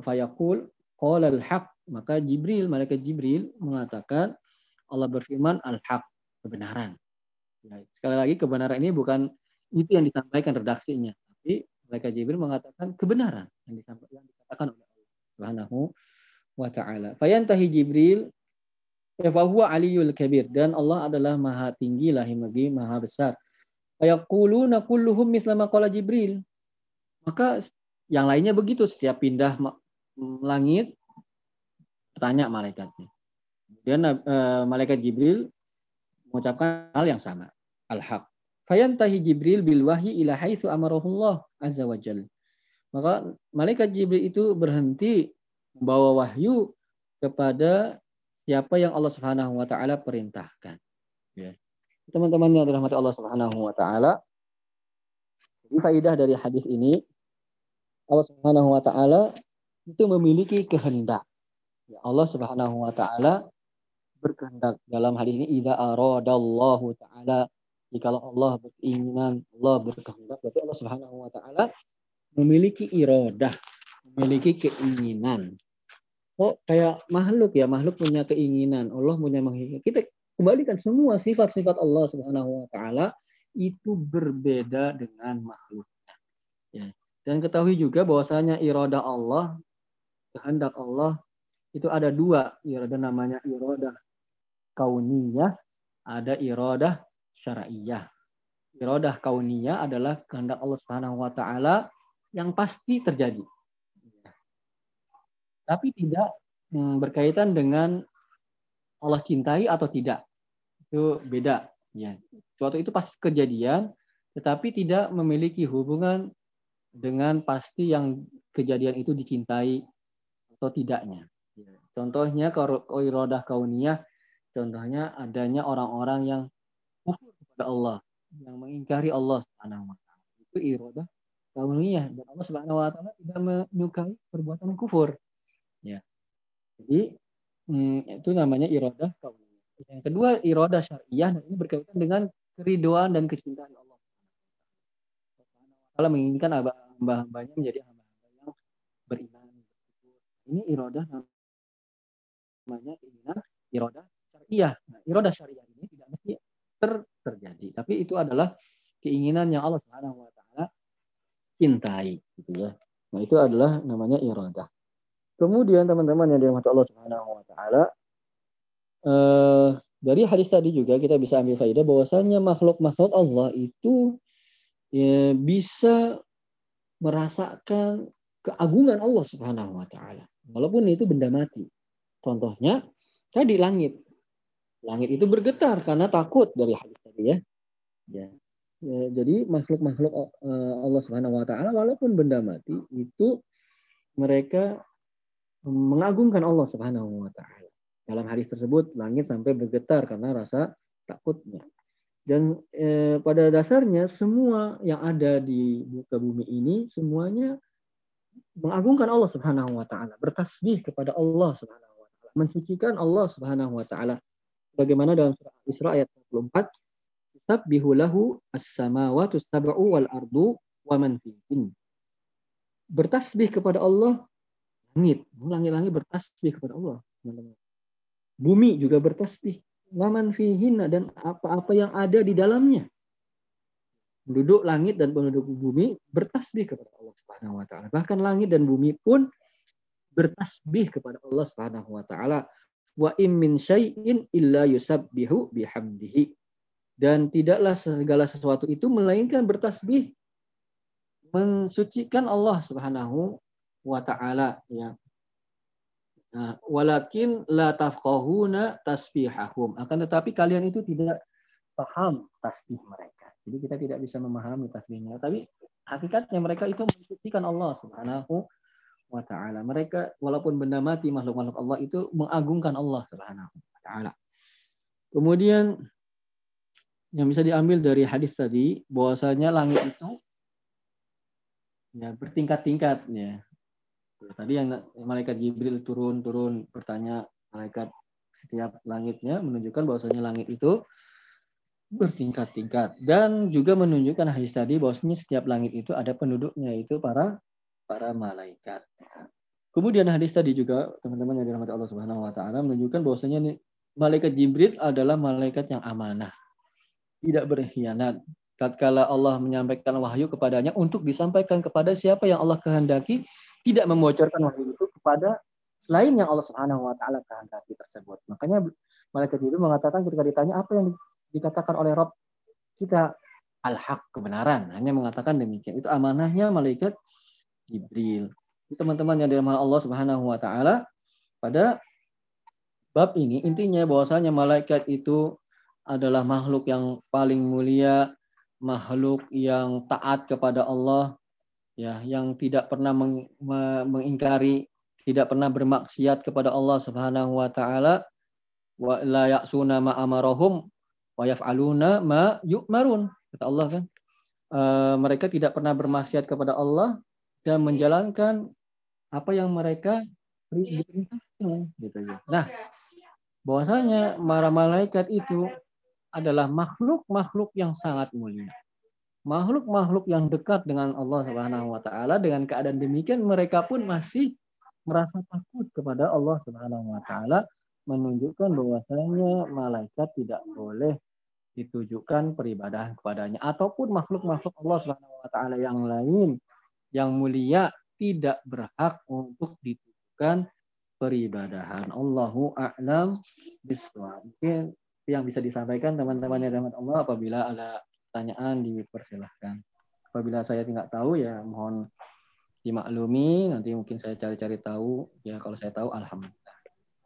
qala al-haq, maka Jibril, malaikat Jibril mengatakan, Allah berfirman al-haq, kebenaran. Ya, sekali lagi kebenaran ini bukan itu yang disampaikan redaksinya, tapi malaikat Jibril mengatakan kebenaran yang dikatakan oleh Allah Subhanahu wa taala. Fayantahi Jibril fa huwa aliyul kabir, dan Allah adalah maha tinggi, lagi maha besar. Fayaquluna kulluhum misla ma qala Jibril. Maka yang lainnya begitu, setiap pindah langit bertanya malaikatnya. Kemudian malaikat Jibril mengucapkan hal yang sama, al-haq. Fayantahi Jibril bil wahyi ila haitsu amarahullah azza wa jalla. Maka malaikat Jibril itu berhenti membawa wahyu kepada siapa yang Allah Subhanahu wa taala perintahkan. Ya. Teman-teman yang dirahmati Allah Subhanahu wa taala, jadi faidah dari hadis ini, Allah Subhanahu wa taala itu memiliki kehendak. Ya, Allah Subhanahu wa taala berkehendak. Dalam hal ini idza aradallahu taala, jika Allah berkeinginan, Allah berkehendak, berarti Allah Subhanahu wa taala memiliki iradah, memiliki keinginan. Oh, kayak makhluk ya, makhluk punya keinginan, Allah punya mengingin. Kita kembalikan semua sifat-sifat Allah Subhanahu wa taala itu berbeda dengan makhluknya. Ya. Dan ketahui juga bahwasanya iradah Allah, kehendak Allah itu ada dua. Iradah namanya iradah kauniyah, ada iradah syar'iyah. Iradah kauniyah adalah kehendak Allah Subhanahu wa taala yang pasti terjadi. Tapi tidak berkaitan dengan Allah cintai atau tidak. Itu beda. Ya. Suatu itu pasti kejadian, tetapi tidak memiliki hubungan dengan pasti yang kejadian itu dicintai atau tidaknya. Ya. Contohnya kalau iradah kauniyah, contohnya adanya orang-orang yang kufur kepada Allah, yang mengingkari Allah Subhanahu wa taala. Itu iradah kauniyah, dan Allah Subhanahu wa taala tidak menyukai perbuatan kufur. Ya. Jadi itu namanya iradah kauniyah. Yang kedua iradah syar'iyah, dan ini berkaitan dengan keriduan dan kecintaan Allah. Allah menginginkan hamba-hambanya menjadi hamba-hamba yang beriman. Ini iradah namanya keinginan iradah syar'iyah. Nah, iradah syar'iyah ini tidak mesti terjadi, tapi itu adalah keinginan yang Allah Subhanahu wa taala cintai, gitu ya. Nah, itu adalah namanya iradah. Kemudian teman-teman yang dirahmati Allah Subhanahu wa taala, dari hadis tadi juga kita bisa ambil faedah bahwasanya makhluk-makhluk Allah itu ya, bisa merasakan keagungan Allah Subhanahu wa taala walaupun itu benda mati. Contohnya tadi langit. Langit itu bergetar karena takut dari hadis tadi ya. Ya. Jadi makhluk-makhluk Allah Subhanahu wa taala walaupun benda mati itu mereka mengagungkan Allah Subhanahu wa taala. Dalam hadis tersebut langit sampai bergetar karena rasa takutnya. Dan pada dasarnya semua yang ada di muka bumi ini semuanya mengagungkan Allah Subhanahu wa taala, bertasbih kepada Allah Subhanahu wa taala, mensucikan Allah Subhanahu wa taala. Bagaimana dalam surah Isra ayat 44, "Tusabbihu lahu as-samawati sab'u wal ardu wa man fihin." Bertasbih kepada Allah langit-langit bertasbih kepada Allah. Bumi juga bertasbih. Wa man fihin, dan apa-apa yang ada di dalamnya. Penduduk langit dan penduduk bumi bertasbih kepada Allah Subhanahu wa taala. Bahkan langit dan bumi pun bertasbih kepada Allah Subhanahu wa taala. Wa in min syai'in illa yusabbihu bihamdihi. Dan tidaklah segala sesuatu itu melainkan bertasbih mensucikan Allah Subhanahu wa taala ya. Nah, walakin la tafqahuna tasbihahum. Akan tetapi kalian itu tidak paham tasbih mereka. Jadi kita tidak bisa memahami tasbihnya. Tapi hakikatnya mereka itu mensucikan Allah Subhanahu wa taala. Mereka walaupun benda mati, makhluk-makhluk Allah itu mengagungkan Allah Subhanahu wa taala. Kemudian yang bisa diambil dari hadis tadi bahwasanya langit itu ya bertingkat-tingkat ya. Tadi yang malaikat Jibril turun bertanya malaikat setiap langitnya menunjukkan bahwasanya langit itu bertingkat-tingkat dan juga menunjukkan hadis tadi bahwasanya setiap langit itu ada penduduknya itu para malaikat. Kemudian hadis tadi juga teman-teman yang dirahmati Allah Subhanahu wa taala menunjukkan bahwasanya malaikat Jibril adalah malaikat yang amanah, tidak berkhianat. Tatkala Allah menyampaikan wahyu kepadanya untuk disampaikan kepada siapa yang Allah kehendaki, tidak membocorkan wahyu itu kepada selain yang Allah Subhanahu wa taala kehendaki tersebut. Makanya malaikat Jibril mengatakan ketika ditanya apa yang dikatakan oleh Rabb kita, al-haq, kebenaran, hanya mengatakan demikian. Itu amanahnya malaikat Jibril. Teman-teman yang dirahmati Allah Subhanahu wa taala, pada bab ini intinya bahwasanya malaikat itu adalah makhluk yang paling mulia, makhluk yang taat kepada Allah, ya, yang tidak pernah mengingkari, tidak pernah bermaksiat kepada Allah Subhanahu wa taala, wa la ya'suna ma amarahum wa yaf'aluna ma yu'marun. Kata Allah kan, mereka tidak pernah bermaksiat kepada Allah dan menjalankan apa yang mereka diperintahkan gitu ya. Nah, bahwasanya para malaikat itu adalah makhluk-makhluk yang sangat mulia. Makhluk-makhluk yang dekat dengan Allah Subhanahu wa taala. Dengan keadaan demikian mereka pun masih merasa takut kepada Allah Subhanahu wa taala, menunjukkan bahwasanya malaikat tidak boleh ditujukan peribadahan kepadanya ataupun makhluk-makhluk Allah Subhanahu wa taala yang lain yang mulia tidak berhak untuk ditujukan peribadahan. Allahu a'lam bishawab. Mungkin yang bisa disampaikan teman-teman yang dirahmati Allah, apabila ada pertanyaan dipersilahkan. Apabila saya tidak tahu ya mohon dimaklumi, nanti mungkin saya cari-cari tahu. Ya kalau saya tahu alhamdulillah.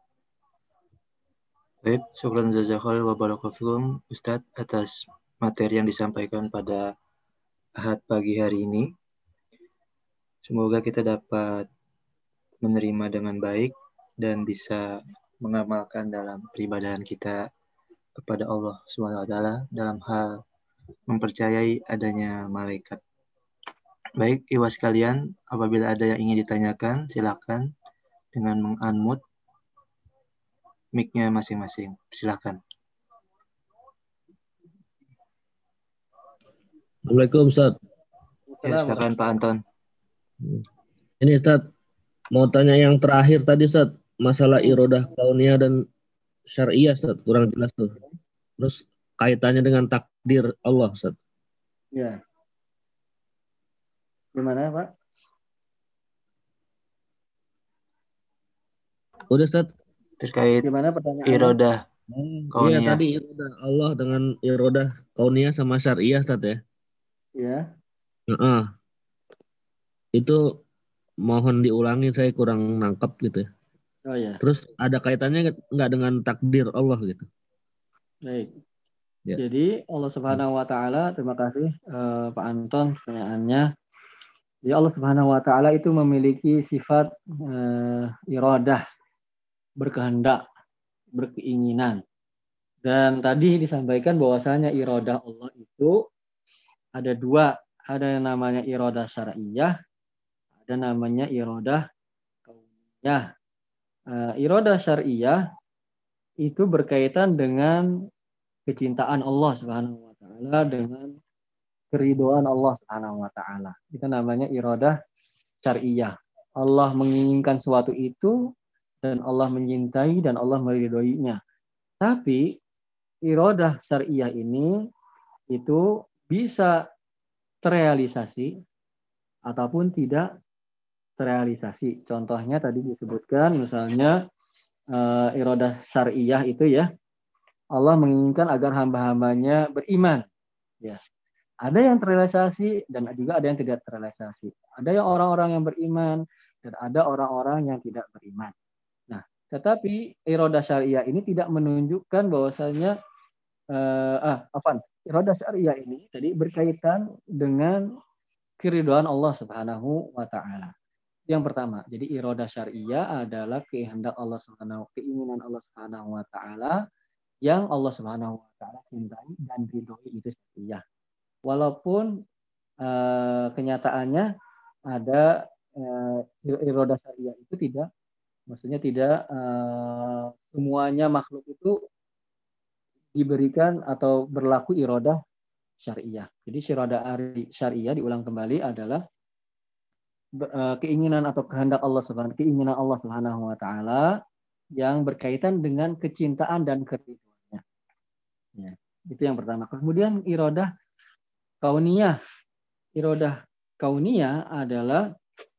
Baik, syukran jazakallahu wa barakatuh Ustadz atas materi yang disampaikan pada Ahad pagi hari ini. Semoga kita dapat menerima dengan baik dan bisa mengamalkan dalam peribadahan kita kepada Allah SWT dalam hal mempercayai adanya malaikat. Baik, ikhwas sekalian, apabila ada yang ingin ditanyakan, silakan dengan meng-unmute mic-nya masing-masing. Silakan. Assalamualaikum Ustaz. Ya, silakan Pak Anton. Ini Ustaz, mau tanya yang terakhir tadi Ustaz, masalah irodah kauniyah dan syariah Ustaz, kurang jelas tuh. Terus kaitannya dengan takdir Allah Ustaz. Ya. Gimana Pak? Udah Ustaz. Terkait gimana pertanyaannya? irodah kauniyah. Iya tadi irodah Allah dengan irodah kauniyah sama syariah Ustaz ya. Ya. Itu mohon diulangi, saya kurang nangkep gitu ya. Oh ya. Terus ada kaitannya nggak dengan takdir Allah gitu? Baik. Ya. Jadi Allah Subhanahu wa taala, terima kasih Pak Anton pertanyaannya. Jadi Allah Subhanahu wa taala itu memiliki sifat iradah, berkehendak, berkeinginan. Dan tadi disampaikan bahwasanya iradah Allah itu ada dua, ada yang namanya iradah syar'iyah, ada namanya iradah kauniyah. Iradah syar'iyah itu berkaitan dengan kecintaan Allah Subhanahu wa taala, dengan keridhaan Allah Subhanahu wa taala. Itu namanya iradah syar'iyah. Allah menginginkan sesuatu itu dan Allah menyintai dan Allah meridhoinya. Tapi iradah syar'iyah ini itu bisa terrealisasi ataupun tidak terrealisasi. Contohnya tadi disebutkan misalnya iradah syar'iyah itu ya, Allah menginginkan agar hamba-hambanya beriman. Ya. Ada yang terrealisasi dan juga ada yang tidak terrealisasi. Ada yang orang-orang yang beriman dan ada orang-orang yang tidak beriman. Nah, tetapi iradah syariah ini tidak menunjukkan bahwasanya iradah syariah ini tadi berkaitan dengan keridhaan Allah Subhanahu wa taala. Yang pertama, jadi iradah syariah adalah kehendak Allah Subhanahu, keinginan Allah Subhanahu wa taala yang Allah Subhanahu wa taala cintai dan ridhoi, itu syariah. Walaupun kenyataannya ada iradah syariah itu tidak, maksudnya tidak semuanya makhluk itu diberikan atau berlaku iradah syariah. Jadi iradah syariah, diulang kembali, adalah keinginan atau kehendak Allah Subhanahu, keinginan Allah Subhanahu wa taala yang berkaitan dengan kecintaan dan keridhaannya. Ya, itu yang pertama. Kemudian iradah kauniyah. Iradah kauniyah adalah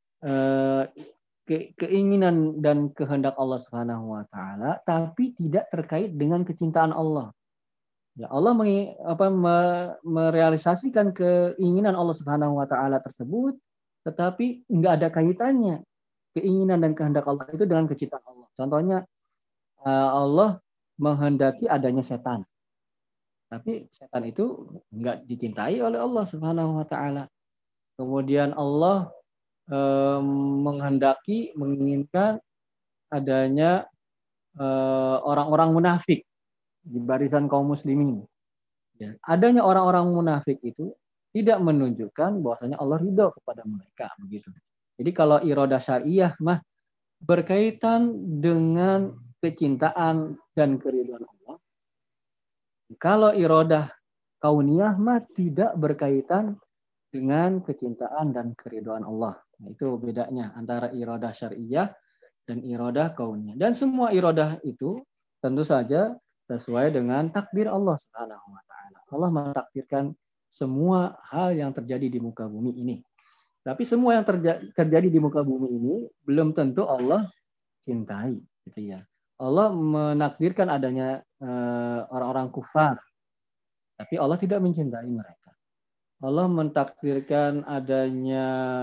keinginan dan kehendak Allah Subhanahu wa taala tapi tidak terkait dengan kecintaan Allah. Ya, Allah merealisasikan keinginan Allah Subhanahu wa taala tersebut tetapi nggak ada kaitannya keinginan dan kehendak Allah itu dengan kecintaan Allah. Contohnya Allah menghendaki adanya setan. Tapi setan itu nggak dicintai oleh Allah Subhanahu wa taala. Kemudian Allah menghendaki, menginginkan adanya orang-orang munafik di barisan kaum muslimin. Ya. Adanya orang-orang munafik itu tidak menunjukkan bahwasanya Allah ridho kepada mereka, begitu. Jadi kalau iradah syariah mah berkaitan dengan kecintaan dan keridhaan Allah. Kalau iradah kauniyah mah tidak berkaitan dengan kecintaan dan keridhaan Allah. Nah, itu bedanya antara iradah syariah dan iradah kauniyah. Dan semua iradah itu tentu saja sesuai dengan takdir Allah Subhanahu wa taala. Allah mentakdirkan semua hal yang terjadi di muka bumi ini. Tapi semua yang terjadi di muka bumi ini belum tentu Allah cintai, gitu ya. Allah menakdirkan adanya orang-orang kufar, tapi Allah tidak mencintai mereka. Allah mentakdirkan adanya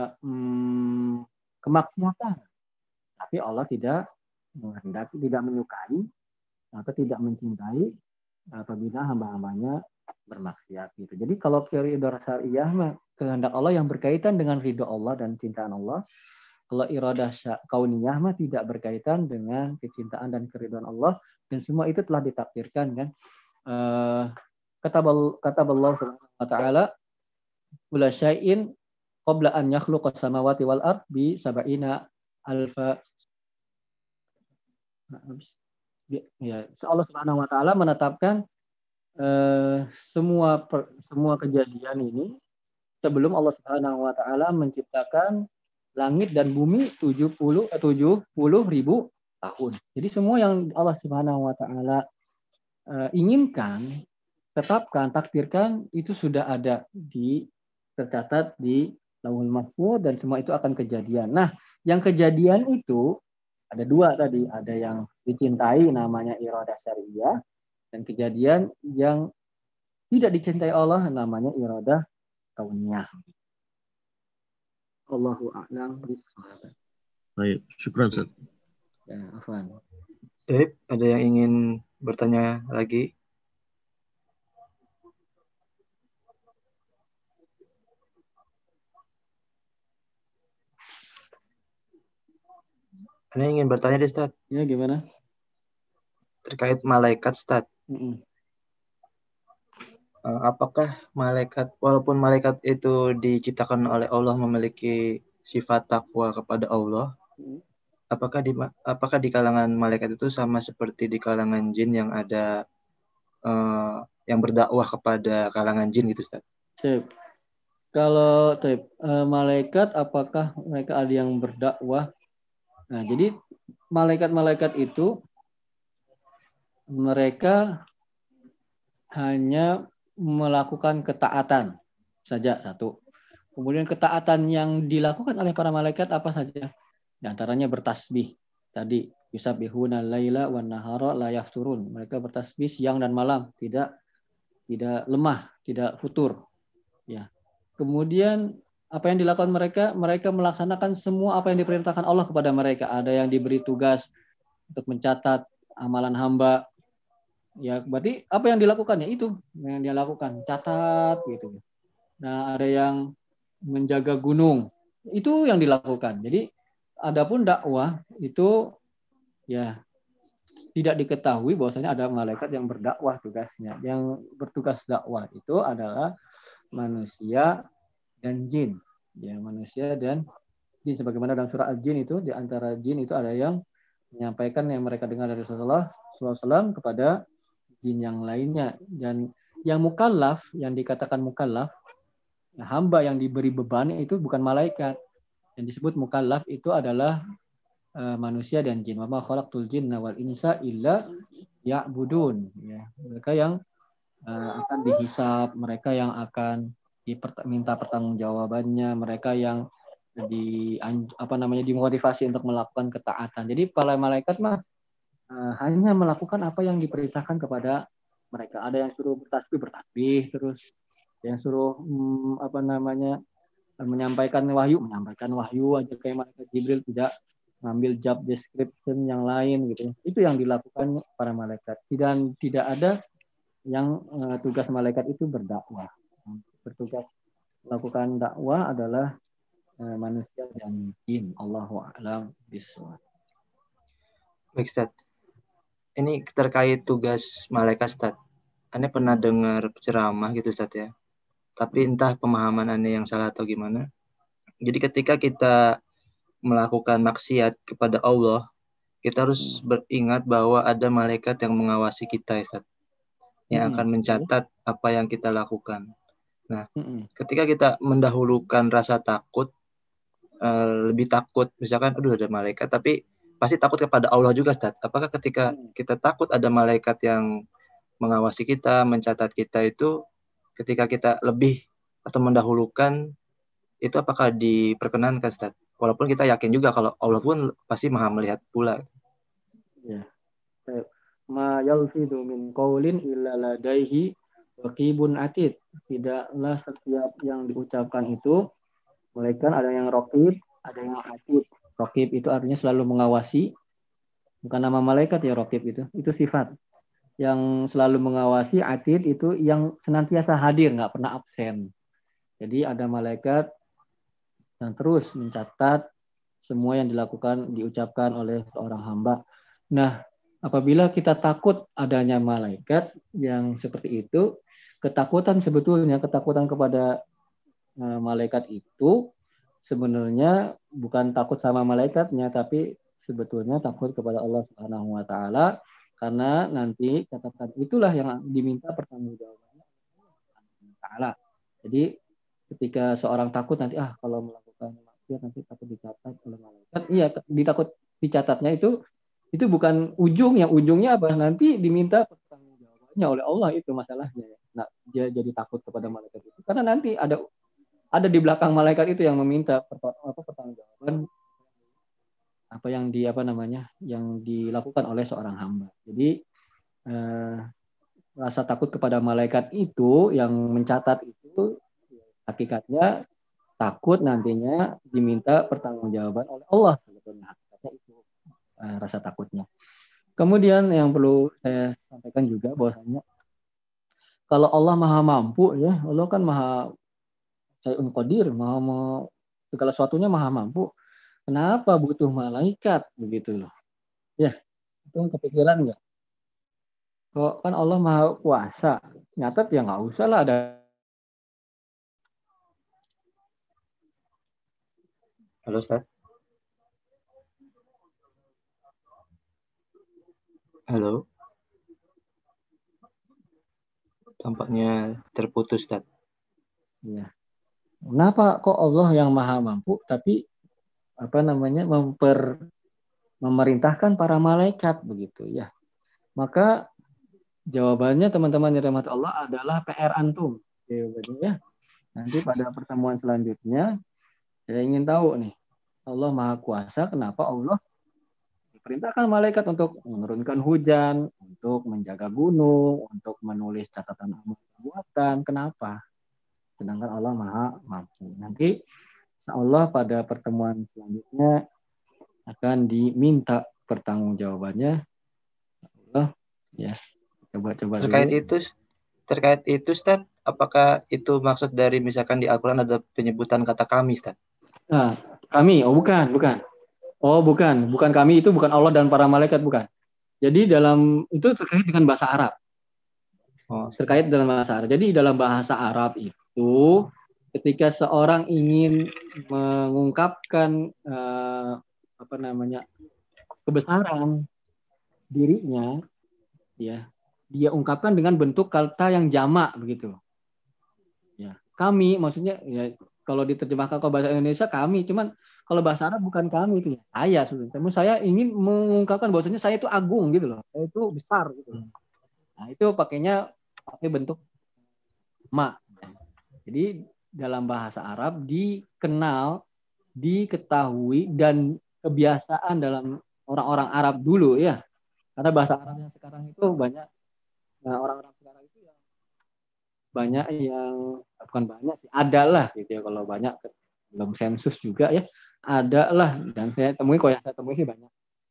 kemaksiatan, tapi Allah tidak menghendaki, tidak menyukai atau tidak mencintai apabila hamba-hambanya bermaksiat gitu. Jadi kalau iradah syariah mah kehendak Allah yang berkaitan dengan ridho Allah dan cintaan Allah. Kalau iradah kauniyah mah tidak berkaitan dengan kecintaan dan keridhaan Allah, dan semua itu telah ditakdirkan kan. Kata Allah Subhanahu wa taala, "Kulla syai'in qabla an yakhluqas samawati wal ard bi sab'ina alfa." Ya, Allah Subhanahu wa taala menetapkan semua kejadian ini sebelum Allah Subhanahu wa taala menciptakan langit dan bumi 70 ribu tahun. Jadi semua yang Allah Subhanahu wa taala inginkan, tetapkan, takdirkan itu sudah ada tercatat di Lauhul Mahfuz dan semua itu akan kejadian. Nah, yang kejadian itu ada dua tadi, ada yang dicintai namanya iradah syariah dan kejadian yang tidak dicintai Allah namanya iradah kauniyah. Allahu a'lam bishawab. Baik, syukran Ustaz. Ya, afwan. Ada yang ingin bertanya lagi? Ini ingin bertanya deh, Ustaz. Ya, gimana? Terkait malaikat, Ustaz. Mm-mm. Apakah malaikat, walaupun malaikat itu diciptakan oleh Allah memiliki sifat takwa kepada Allah, Mm-mm. apakah di kalangan malaikat itu sama seperti di kalangan jin yang ada yang berdakwah kepada kalangan jin gitu, Ustaz? Sip. Kalau malaikat, apakah mereka ada yang berdakwah? Nah, jadi malaikat-malaikat itu mereka hanya melakukan ketaatan saja satu. Kemudian ketaatan yang dilakukan oleh para malaikat apa saja? Di antaranya bertasbih. Tadi yusabbihuna laila wan nahara la yafturun. Mereka bertasbih siang dan malam, tidak lemah, tidak futur. Ya. Kemudian apa yang dilakukan mereka? Mereka melaksanakan semua apa yang diperintahkan Allah kepada mereka. Ada yang diberi tugas untuk mencatat amalan hamba. Ya, berarti apa yang dilakukannya itu yang dia lakukan, catat gitu. Nah, ada yang menjaga gunung. Itu yang dilakukan. Jadi, adapun dakwah itu ya tidak diketahui bahwasanya ada malaikat yang berdakwah tugasnya. Yang bertugas dakwah itu adalah manusia dan jin. Ya, manusia dan jin sebagaimana dalam surah Al-Jin itu di antara jin itu ada yang menyampaikan yang mereka dengar dari Rasulullah SAW kepada jin yang lainnya. Dan yang mukallaf, yang dikatakan mukallaf, hamba yang diberi beban itu bukan malaikat. Yang disebut mukallaf itu adalah manusia dan jin. Wa ma khalaqtul jinna wal insa illa ya'budun. Ya, mereka yang akan dihisab, mereka yang akan diminta pertanggungjawabannya, mereka yang dimotivasi untuk melakukan ketaatan. Jadi para malaikat mah hanya melakukan apa yang diperintahkan kepada mereka. Ada yang suruh bertasbih terus, yang suruh menyampaikan wahyu aja kayak malaikat Jibril, tidak ngambil job description yang lain gitu. Itu yang dilakukan para malaikat. Dan tidak ada yang tugas malaikat itu berdakwah. Bertugas melakukan dakwah adalah manusia dan jin. Allahu a'lam bishawab. Baik, Ustaz. Ini terkait tugas malaikat, Ustaz. Anda pernah dengar ceramah gitu, Ustaz ya. Tapi entah pemahaman Anda yang salah atau gimana. Jadi ketika kita melakukan maksiat kepada Allah, kita harus beringat bahwa ada malaikat yang mengawasi kita, Ustaz. Yang akan mencatat apa yang kita lakukan. Nah, ketika kita mendahulukan rasa takut, lebih takut, misalkan, aduh ada malaikat, tapi pasti takut kepada Allah juga, Ustaz. Apakah ketika kita takut ada malaikat yang mengawasi kita, mencatat kita itu, ketika kita lebih atau mendahulukan, itu apakah diperkenankan, Ustaz? Walaupun kita yakin juga kalau Allah pun pasti maha melihat pula. Ya. Ma yalfidu min qaulin illa ladaihi raqibun atid. Tidaklah setiap yang diucapkan itu melainkan ada yang raqib, ada yang atid. Raqib itu artinya selalu mengawasi. Bukan nama malaikat ya raqib itu. Itu sifat. Yang selalu mengawasi, atid itu yang senantiasa hadir, nggak pernah absen. Jadi ada malaikat yang terus mencatat semua yang dilakukan, diucapkan oleh seorang hamba. Nah, apabila kita takut adanya malaikat yang seperti itu, ketakutan kepada malaikat itu sebenarnya bukan takut sama malaikatnya, tapi sebetulnya takut kepada Allah Subhanahu wa taala, karena nanti catatan itulah yang diminta pertanggungjawabannya taala. Jadi ketika seorang takut nanti kalau melakukan maksiat nanti takut dicatat oleh malaikat. Iya, dicatatnya itu bukan ujungnya apa? Nanti diminta pertanggungjawabannya oleh Allah, itu masalahnya. Nah, dia jadi takut kepada malaikat itu karena nanti ada di belakang malaikat itu yang meminta pertanggungjawaban apa yang yang dilakukan oleh seorang hamba. Jadi rasa takut kepada malaikat itu yang mencatat itu hakikatnya takut nantinya diminta pertanggungjawaban oleh Allah sebetulnya. Hakikatnya itu rasa takutnya. Kemudian yang perlu saya sampaikan juga bahwasanya kalau Allah maha mampu ya, Allah kan maha Syai'un Qadir, segala sesuatunya maha mampu. Kenapa butuh malaikat begitu loh? Ya, itu kepikiran nggak? Kok kan Allah Maha Kuasa, nyatet ya nggak usah lah ada. Halo, Ustaz. Halo. Tampaknya terputus, Ustaz. Ya. Kenapa kok Allah yang Maha Mampu tapi memerintahkan para malaikat begitu ya? Maka jawabannya teman-teman yang dirahmati Allah adalah PR antum. Jawabannya ya. Nanti pada pertemuan selanjutnya saya ingin tahu nih, Allah Maha Kuasa, kenapa Allah diperintahkan malaikat untuk menurunkan hujan, untuk menjaga gunung, untuk menulis catatan amal perbuatan. Kenapa? Sedangkan Allah Maha Mampu. Nanti insya Allah pada pertemuan selanjutnya akan diminta pertanggungjawabannya. Allah ya, coba-coba Terkait dulu. itu, Ustaz, apakah itu maksud dari misalkan di Al-Quran ada penyebutan kata kami, Ustaz? Nah, kami, bukan kami, itu bukan Allah dan para malaikat, bukan. Jadi dalam itu terkait dengan bahasa Arab. Terkait dalam bahasa Arab. Jadi dalam bahasa Arab itu ketika seorang ingin mengungkapkan kebesaran dirinya, ya, dia ungkapkan dengan bentuk kata yang jamak begitu. Ya, kami maksudnya ya, kalau diterjemahkan ke bahasa Indonesia kami, cuman kalau bahasa Arab bukan kami itu ya, saya sebenarnya. Namun saya ingin mengungkapkan bahwasanya saya itu agung gitu loh. Saya itu besar gitu loh. Nah, itu pakai bentuk ma. Jadi dalam bahasa Arab dikenal, diketahui dan kebiasaan dalam orang-orang Arab dulu ya. Karena bahasa Arab yang sekarang itu banyak orang-orang sekarang itu yang banyak yang bukan banyak sih, adalah gitu ya, kalau banyak belum sensus juga ya, adalah, dan saya temui, kalau yang saya temui sih banyak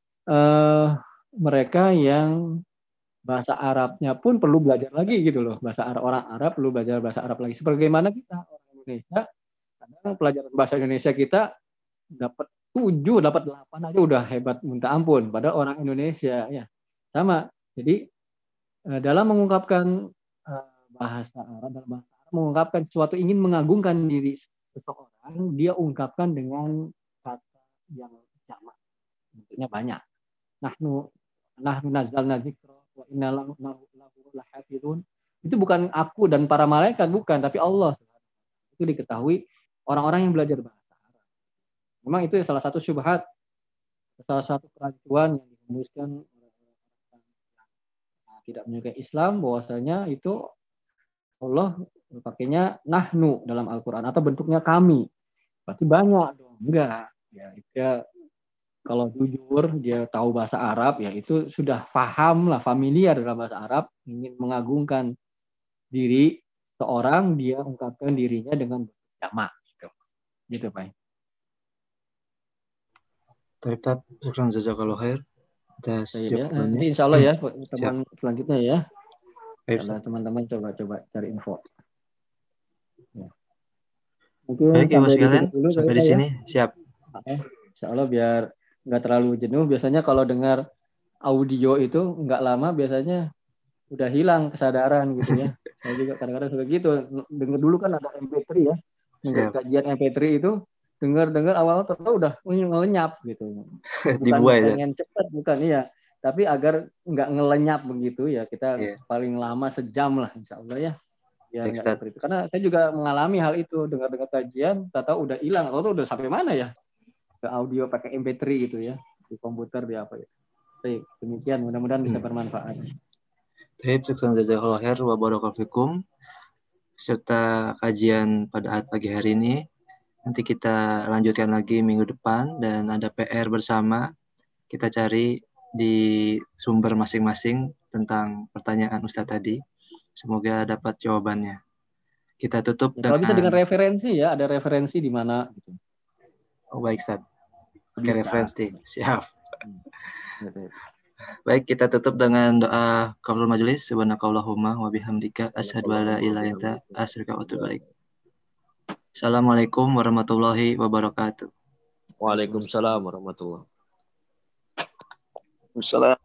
mereka yang bahasa Arabnya pun perlu belajar lagi gitu loh. Bahasa Arab, orang Arab perlu belajar bahasa Arab lagi. Sebagaimana kita orang Indonesia, kadang pelajaran bahasa Indonesia kita dapat 7, dapat 8 aja udah hebat minta ampun pada orang Indonesia ya. Sama. Jadi dalam mengungkapkan bahasa Arab, dalam bahasa Arab mengungkapkan sesuatu, ingin mengagungkan diri seseorang, dia ungkapkan dengan kata yang jamak. Bentuknya banyak. Nahnu nazzalna dzikra wa inna lahu lahafizun. Itu bukan aku dan para malaikat, bukan, tapi Allah. Itu diketahui orang-orang yang belajar bahasa Arab. Memang itu salah satu syubhat, salah satu kerancuan yang dihembuskan oleh orang yang tidak menyukai Islam, bahwasanya itu Allah pakainya nahnu dalam Al-Quran atau bentuknya kami. Berarti banyak dong. Enggak. Ya, dia kalau jujur dia tahu bahasa Arab ya itu sudah paham lah, familiar dalam bahasa Arab, ingin mengagungkan diri seorang, dia ungkapkan dirinya dengan jamak gitu Pak. Tetap syukran jazakallahu khair atas Ya, jawabannya. nanti insya Allah ya teman selanjutnya ya. Kalau Baik, teman-teman coba cari info. Ya. Mungkin baik ya Mas sampai di kalian, situ dulu sampai di Pak ya. sini siap. Insya Allah biar nggak terlalu jenuh. Biasanya kalau dengar audio itu nggak lama biasanya udah hilang kesadaran gitu ya. Saya juga kadang-kadang suka gitu. Dengar dulu kan ada MP3 ya. Dengar Siap. kajian MP3 itu, dengar awal tahu udah ngelenyap gitu. Bukan Dibuai ya. pengen cepat, bukan, iya. Tapi agar nggak ngelenyap begitu ya, kita paling lama sejam lah insya Allah ya. Biar nggak seperti itu. Karena saya juga mengalami hal itu, dengar kajian, tahu udah hilang. Tahu udah sampai mana ya? Ke audio pakai MP3 gitu ya. Di komputer, di apa ya. Baik, demikian. Mudah-mudahan bisa bermanfaat. Baik, syukran jazakallahu khair wa barakallahu fikum. Serta kajian pada pagi hari ini. Nanti kita lanjutkan lagi minggu depan dan ada PR bersama. Kita cari di sumber masing-masing tentang pertanyaan Ustadz tadi. Semoga dapat jawabannya. Kita tutup ya, kalau bisa dengan referensi ya, ada referensi di mana gitu. Oh baik Ustadz. Pakai referensi. Siap. Gitu. Baik, kita tutup dengan doa kafaratul majelis. Subhanakallahumma wa bihamdika asyhadu an la ilaha illa anta astaghfiruka wa atubu ilaik. Assalamualaikum warahmatullahi wabarakatuh. Waalaikumsalam warahmatullahi wabarakatuh. Wassalam.